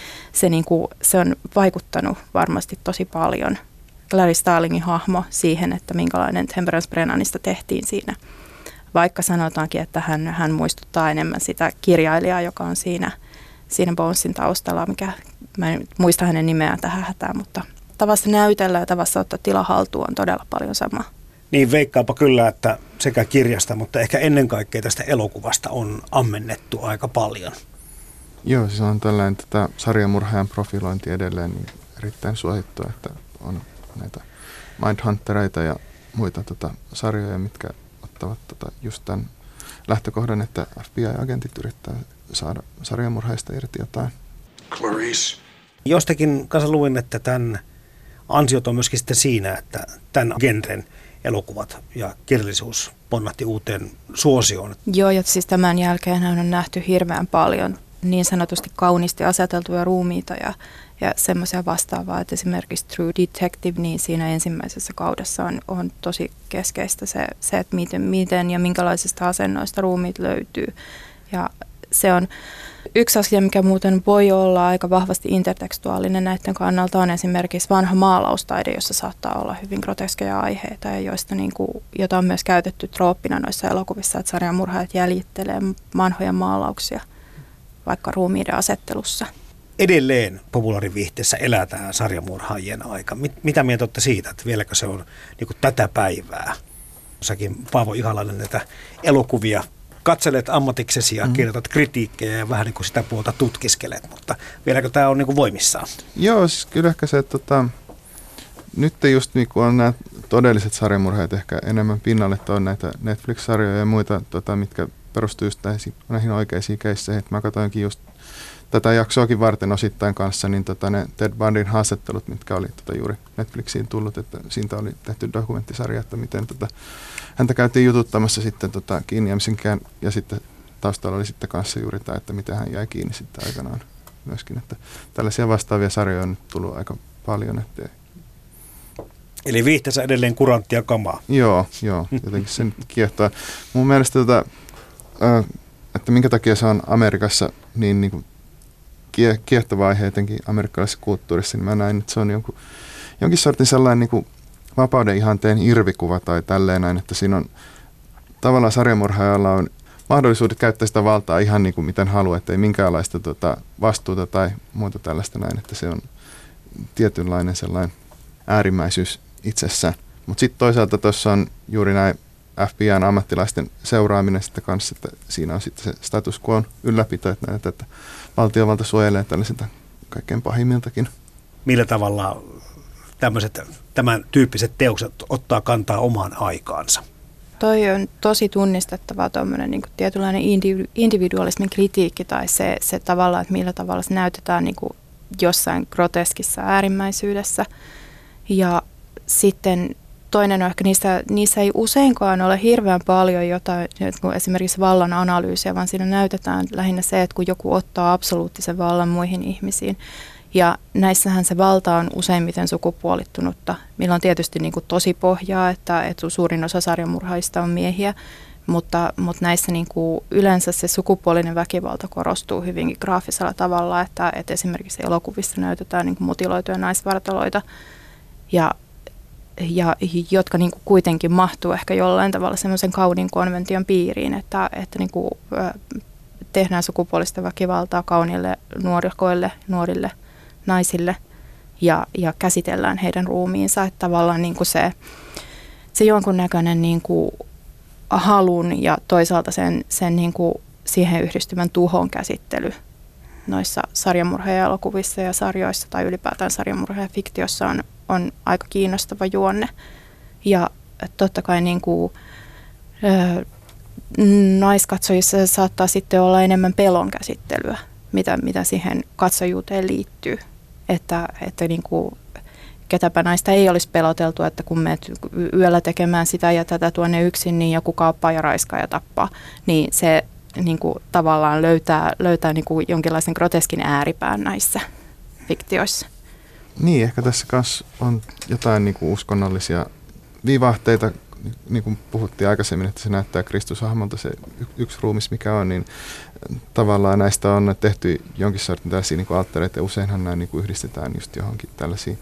se on vaikuttanut varmasti tosi paljon Clarice Starlingin hahmo siihen, että minkälainen Temperance Brennanista tehtiin siinä. Vaikka sanotaankin, että hän muistuttaa enemmän sitä kirjailijaa, joka on siinä Bonesin taustalla, mä en muista hänen nimeään tähän hätään, mutta tavassa näytellä ja tavassa ottaa tila haltuun on todella paljon sama. Niin veikkaapa kyllä, että sekä kirjasta, mutta ehkä ennen kaikkea tästä elokuvasta on ammennettu aika paljon. Joo, siis on tällainen sarjamurhaajan profilointi edelleen niin erittäin suosittu, että on näitä Mindhuntereita ja muita sarjoja, mitkä ottavat just tämän lähtökohdan, että FBI-agentit yrittää saada sarjamurhaista irti jotain. Clarice. Jostakin kanssa luin, että tämän ansiot on myöskin sitten siinä, että tämän genren elokuvat ja kirjallisuus ponnahti uuteen suosioon. Joo, ja siis tämän jälkeen on nähty hirveän paljon niin sanotusti kauniisti aseteltuja ruumiita ja semmoisia vastaavaa, että esimerkiksi True Detective, niin siinä ensimmäisessä kaudessa on tosi keskeistä se että miten ja minkälaisista asennoista ruumiit löytyy. Ja se on yksi asia, mikä muuten voi olla aika vahvasti intertekstuaalinen näiden kannalta, on esimerkiksi vanha maalaustaide, jossa saattaa olla hyvin groteskeja aiheita ja jota on myös käytetty trooppina noissa elokuvissa, että sarjamurhaajat jäljittelee vanhoja maalauksia vaikka ruumiiden asettelussa. Edelleen populaariviihteessä elää tämä sarjamurhaajien aika. Mitä mieltä olette siitä, että vieläkö se on niin kuin tätä päivää? Säkin, Paavo Ihalainen, näitä elokuvia katselet ammatiksesi ja kirjoitat kritiikkejä ja vähän niin kuin sitä puolta tutkiskelet, mutta vieläkö tämä on niin kuin voimissaan? Joo, siis kyllä ehkä se, että nyt just niin kuin on nämä todelliset sarjamurheet ehkä enemmän pinnalle, että on näitä Netflix-sarjoja ja muita, mitkä perustuu just näihin oikeisiin keisseihin. Mä katsoinkin just tätä jaksoakin varten osittain kanssa, niin ne Ted Bundyn haastattelut, mitkä oli juuri Netflixiin tullut, että siitä oli tehty dokumenttisarja, että miten häntä käytiin jututtamassa sitten kiinni ja sitten taustalla oli sitten kanssa juuri tämä, että miten hän jäi kiinni sitten aikanaan myöskin, että tällaisia vastaavia sarjoja on nyt tullut aika paljon. Että eli viihteessä edelleen kuranttia kamaa. Joo, jotenkin se nyt kiehtoo. Mun mielestä että minkä takia se on Amerikassa niin kuin kiehtova aihe etenkin amerikkalaisessa kulttuurissa, niin mä näin, että se on jonkin sortin sellainen niin kuin vapauden ihanteen irvikuva tai tälleen näin, että siinä on tavallaan sarjamurhaajalla on mahdollisuudet käyttää sitä valtaa ihan niin kuin miten haluaa, että ei minkäänlaista vastuuta tai muuta tällaista näin, että se on tietynlainen sellainen äärimmäisyys itsessään. Mutta sitten toisaalta tuossa on juuri näin FBI:n ammattilaisten seuraaminen sitten kanssa, että siinä on sitten se status quo ylläpito, että valtiovalta suojelee tällaisilta kaikkein pahimmiltakin. Millä tavalla tämän tyyppiset teokset ottaa kantaa omaan aikaansa? Toi on tosi tunnistettava tuommoinen niin kuin tietynlainen individualismin kritiikki tai se tavalla, että millä tavalla se näytetään niin kuin jossain groteskissa äärimmäisyydessä. Ja sitten toinen on ehkä, niissä ei useinkaan ole hirveän paljon jotain, esimerkiksi vallan analyysiä, vaan siinä näytetään lähinnä se, että kun joku ottaa absoluuttisen vallan muihin ihmisiin. Ja näissähän se valta on useimmiten sukupuolittunutta, millä on tietysti niin kuin tosi pohjaa, että suurin osa sarjamurhaista on miehiä, mutta näissä niin kuin yleensä se sukupuolinen väkivalta korostuu hyvinkin graafisella tavalla, että esimerkiksi elokuvissa näytetään niin kuin mutiloituja naisvartaloita, ja jotka niin kuin kuitenkin mahtuu ehkä jollain tavalla semmoisen kauniin konvention piiriin, että niin kuin, tehdään sukupuolista väkivaltaa kauniille nuorille naisille ja käsitellään heidän ruumiinsa, että tavallaan niin kuin se jonkunnäköinen niin kuin halun ja toisaalta sen niin kuin siihen yhdistyvän tuhon käsittely noissa sarjamurhaaja-elokuvissa ja sarjoissa tai ylipäätään sarjamurhaaja-fiktiossa on aika kiinnostava juonne. Ja totta kai niin kuin, naiskatsojissa saattaa sitten olla enemmän pelon käsittelyä, mitä siihen katsojuuteen liittyy. Että niin kuin, ketäpä naista ei olisi peloteltu, että kun menet yöllä tekemään sitä ja tätä tuonne yksin, niin joku kaappaa ja raiskaa ja tappaa. Niin niin kuin, tavallaan löytää niin kuin jonkinlaisen groteskin ääripään näissä fiktioissa. Niin, ehkä tässä kanssa on jotain niin kuin uskonnollisia vivahteita, niin kuin puhuttiin aikaisemmin, että se näyttää Kristushahmolta se yksi ruumis, mikä on, niin tavallaan näistä on tehty jonkin sortin tällaisia niin kuin alttereita, ja useinhan nämä niin kuin yhdistetään just johonkin tällaisiin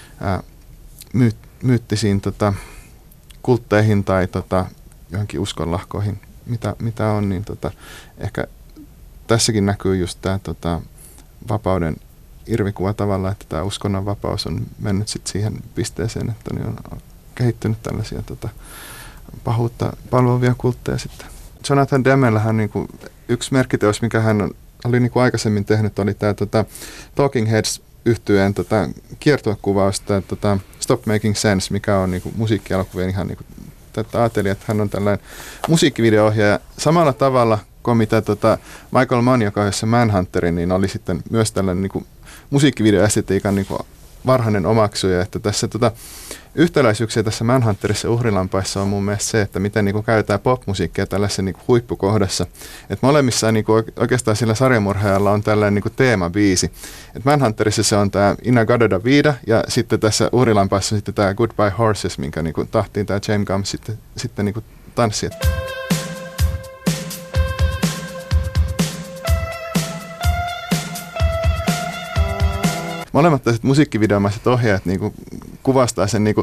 myyttisiin kultteihin tai johonkin uskonlahkoihin, mitä on, niin ehkä tässäkin näkyy just tämä vapauden irvikuva tavalla, että tämä uskonnonvapaus on mennyt sitten siihen pisteeseen, että niin on kehittynyt tällaisia pahuutta palveluvia kultteja sitten. Jonathan Demmellähän niinku yksi merkkiteos, mikä hän oli niinku aikaisemmin tehnyt, oli tämä Talking Heads -yhtyeen kiertuekuvaus, tämä Stop Making Sense, mikä on niinku musiikkielokuvien ihan niinku, tätä ajattelin, että hän on tällainen musiikkivideo-ohjaaja samalla tavalla kuin mitä Michael Mann, joka on Manhunterin, niin oli sitten myös tällainen niinku musiikkivideoestetiikan niinku varhainen omaksuja, että tässä yhtäläisyyksiä tässä Manhunterissa Uhrilampaissa on mun mielestä se, että miten niinku käytetään popmusiikkia tällaisessa niinku huippukohdassa. Et molemmissa niinku oikeastaan sillä sarjamurhaajalla on tällainen niinku teemabiisi. Et Manhunterissa se on tämä In-A-Gadda Da Vida, ja sitten tässä Uhrilampaissa on sitten tämä Goodbye Horses, minkä niinku tahtiin tämä James Gump sitten niinku tanssi. Molemmat tällaiset musiikkivideomaiset ohjaajat niinku kuvastaa sen niinku,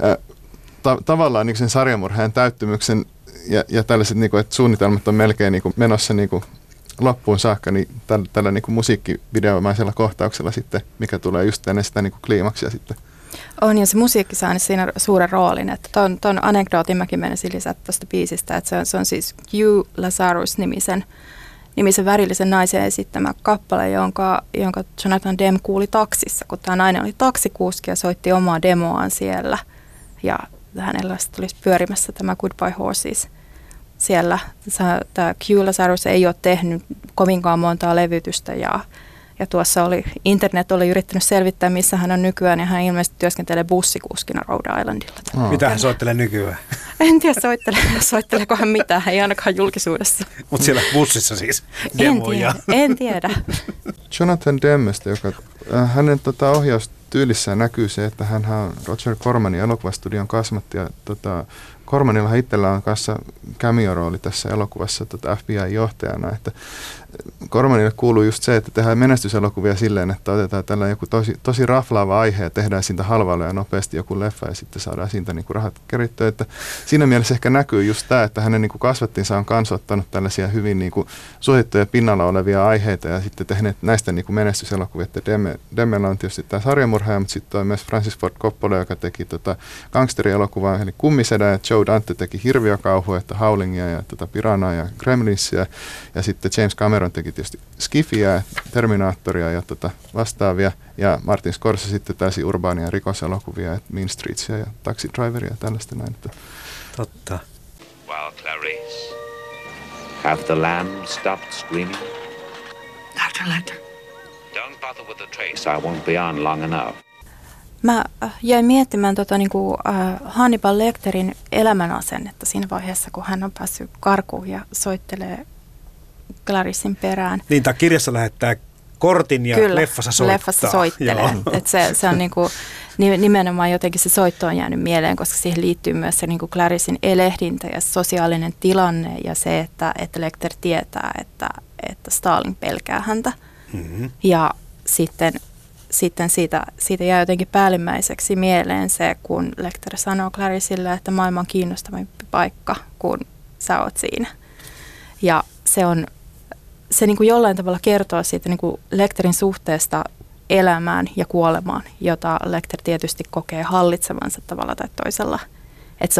tavallaan niinku sen sarjamurhaajan täyttymyksen ja tällaiset, niinku, että suunnitelmat on melkein niinku menossa niinku loppuun saakka, niin tällä niinku musiikkivideomaisella kohtauksella sitten, mikä tulee just ennen sitä niinku kliimaksia sitten. On, ja se musiikki saa siinä suuren roolin. Että ton anekdootin mäkin menisin lisätä tuosta biisistä, että se on siis Hugh Lazarus-nimisen värillisen naisen esittämä kappale, jonka Jonathan Demme kuuli taksissa, kun tämä nainen oli taksikuski ja soitti omaa demoaan siellä. Ja hänellä olisi pyörimässä tämä Goodbye Horses siellä. Tämä Hugh Lazarus ei ole tehnyt kovinkaan montaa levytystä ja tuossa internet oli yrittänyt selvittää, missä hän on nykyään, ja hän ilmeisesti työskentelee bussikuskina Rhode Islandilla. Mitä hän soittelee nykyään? En tiedä, soitteleeko hän mitään, ei ainakaan julkisuudessa. Mutta siellä bussissa siis En tiedä. Jonathan Demmestä, joka hänen ohjaustyylissään näkyy se, että hän on Roger Cormanin elokuvastudion kasvatti, ja Cormanilla itsellä on kanssa cameo-rooli tässä elokuvassa FBI-johtajana, että Cormanille kuuluu just se, että tehdään menestyselokuvia silleen, että otetaan tällainen joku tosi raflaava aihe ja tehdään siitä halvalla ja nopeasti joku leffa ja sitten saadaan siitä niinku rahat kerittyä. Että siinä mielessä ehkä näkyy just tämä, että hänen niinku kasvattinsa on kanssa ottanut tällaisia hyvin niinku suosittuja pinnalla olevia aiheita ja sitten tehneet näistä niinku menestyselokuvia. Demmellä on tietysti tämä sarjamurhaaja, mutta sitten on myös Francis Ford Coppola, joka teki gangsterielokuvaa, eli Kummisedä, ja Joe Dante teki hirviökauhua, että Howlingia ja Piranhaa ja Gremlinsia, ja sitten James Cameron teki tietysti Skifiä, Terminaattoria ja vastaavia, ja Martin Scorsese sitten täysin urbaania rikoselokuvia, että Mean Streetsia ja Taxi Driveria ja tällaista näin. Totta. Well, Clarice, have the lamb stopped screaming? Dr. Lecter. Don't bother with the trace, I won't be on long enough. Mä jäin miettimään Hannibal Lecterin elämänasennetta siinä vaiheessa, kun hän on päässyt karkuun ja soittelee Clarissin perään. Niin, tämä kirjassa lähettää kortin ja kyllä, leffassa soittaa. Leffassa soittelee. Et se on niinku, nimenomaan jotenkin se soitto on jäänyt mieleen, koska siihen liittyy myös se niinku Clarissin elehdintä ja sosiaalinen tilanne ja se, että Lecter tietää, että Stalin pelkää häntä. Mm-hmm. Ja sitten siitä jää jotenkin päällimmäiseksi mieleen se, kun Lecter sanoo Clarissille, että maailma on kiinnostavampi paikka, kun sä oot siinä. Ja se niin kuin jollain tavalla kertoo siitä niin kuin Lecterin suhteesta elämään ja kuolemaan, jota Lecter tietysti kokee hallitsevansa tavalla tai toisella. Että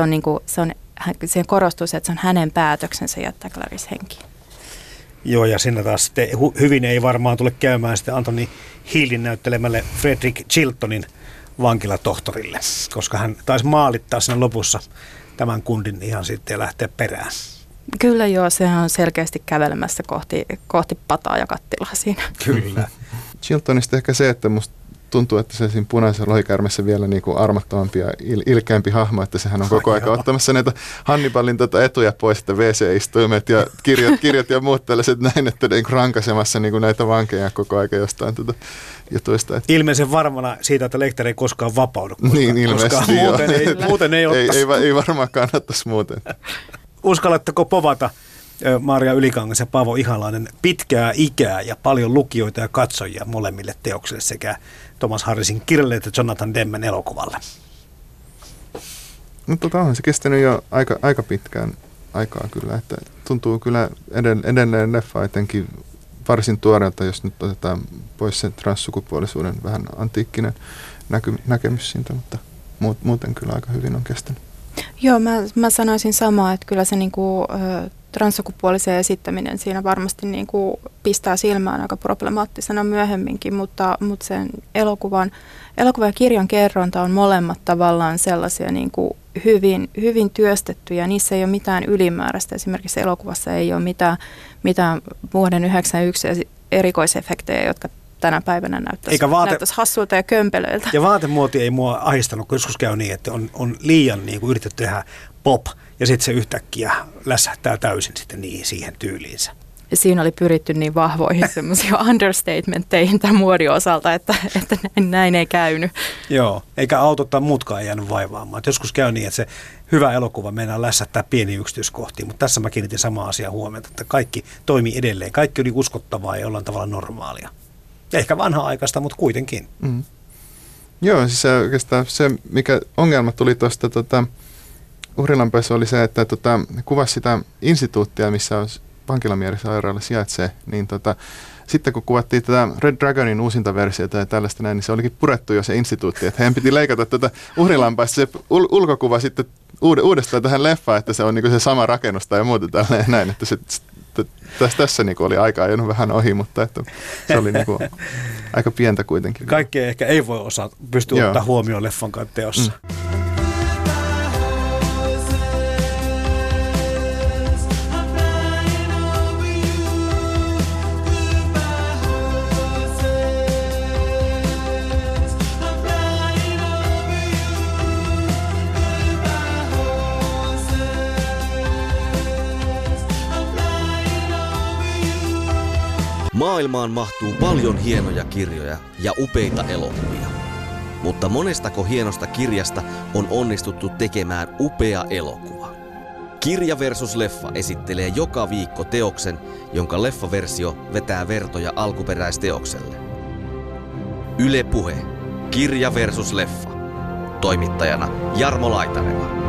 se korostuu se, että se on hänen päätöksensä jättää Clarice henkiin. Joo, ja siinä taas sitten hyvin ei varmaan tule käymään sitten Anthony Hillin näyttelemälle Frederick Chiltonin vankilatohtorille, koska hän taisi maalittaa siinä lopussa tämän kundin ihan sitten ja lähteä perään. Kyllä joo, sehän on selkeästi kävelemässä kohti pataa ja kattilaa siinä. Kyllä. Chiltonista ehkä se, että musta tuntuu, että se siinä punaisessa lohikärmessä vielä niin kuin armottomampi ja ilkeämpi hahmo, että sehän on koko ajan ottamassa näitä Hannibalin etuja pois, että WC-istuimet ja kirjat ja muut tällaiset näin, että niin kuin rankaisemassa niin kuin näitä vankeja koko ajan jostain jutuista. Ilmeisen varmana siitä, että Lecter ei koskaan vapaudu. Niin, ilmeisesti muuten ei ottaisi. Ei varmaan kannattaisi muuten. Uskallatteko povata, Marja Ylikangas ja Paavo Ihalainen, pitkää ikää ja paljon lukijoita ja katsojia molemmille teoksille sekä Thomas Harrisin kirjalle että Jonathan Demmen elokuvalle? No onhan se kestänyt jo aika pitkään aikaa kyllä, että tuntuu kyllä edelleen leffa etenkin varsin tuoreelta, jos nyt otetaan pois sen transsukupuolisuuden vähän antiikkinen näkemys siitä, mutta muuten kyllä aika hyvin on kestänyt. Joo, mä sanoisin samaa, että kyllä se niinku, transsukupuolisen esittäminen siinä varmasti niinku pistää silmään aika problemaattisena myöhemminkin, mutta sen elokuva ja kirjan kerronta on molemmat tavallaan sellaisia niinku hyvin työstettyjä. Niissä ei ole mitään ylimääräistä. Esimerkiksi elokuvassa ei ole mitään vuoden 1991 erikoisefektejä, jotka tänä päivänä näyttäisi hassulta ja kömpelöiltä. Ja vaatemuoti ei mua ahdistanut, kun joskus käy niin, että on liian niin kuin yritetty tehdä pop, ja sitten se yhtäkkiä lässähtää täysin sitten siihen tyyliinsä. Siinä oli pyritty niin vahvoihin semmoisia understatementteihin tämän muodin osalta, että näin ei käynyt. Joo, eikä autot tai muutkaan jäänyt vaivaamaan. Et joskus käy niin, että se hyvä elokuva mennään lässättää pieniin yksityiskohtiin, mutta tässä mä kiinnitin sama asia huomioon, että kaikki toimii edelleen. Kaikki oli uskottavaa ja jollain tavalla normaalia. Ehkä vanha-aikaista, mutta kuitenkin. Mm. Joo, siis oikeastaan se, mikä ongelma tuli tuosta Uhrilanpesu oli se, että kuvasi sitä instituuttia, missä vankilamierisairaala sijaitsee, niin sitten kun kuvattiin tätä Red Dragonin uusinta versiota ja tällaista näin, niin se olikin purettu jo se instituutti, että heidän piti leikata tätä uhrilampaista se ulkokuva sitten uudestaan tähän leffaan, että se on niin kuin se sama rakennus tai muuta tälleen näin, että se tässä niin kuin oli aika ajanut vähän ohi, mutta että se oli niin kuin aika pientä kuitenkin. Kaikkea ehkä ei voi pystyä ottaa huomioon leffan teossa. Maailmaan mahtuu paljon hienoja kirjoja ja upeita elokuvia. Mutta monestako hienosta kirjasta on onnistuttu tekemään upea elokuva? Kirja versus leffa esittelee joka viikko teoksen, jonka leffaversio vetää vertoja alkuperäisteokselle. Yle Puhe. Kirja versus leffa. Toimittajana Jarmo Laitaneva.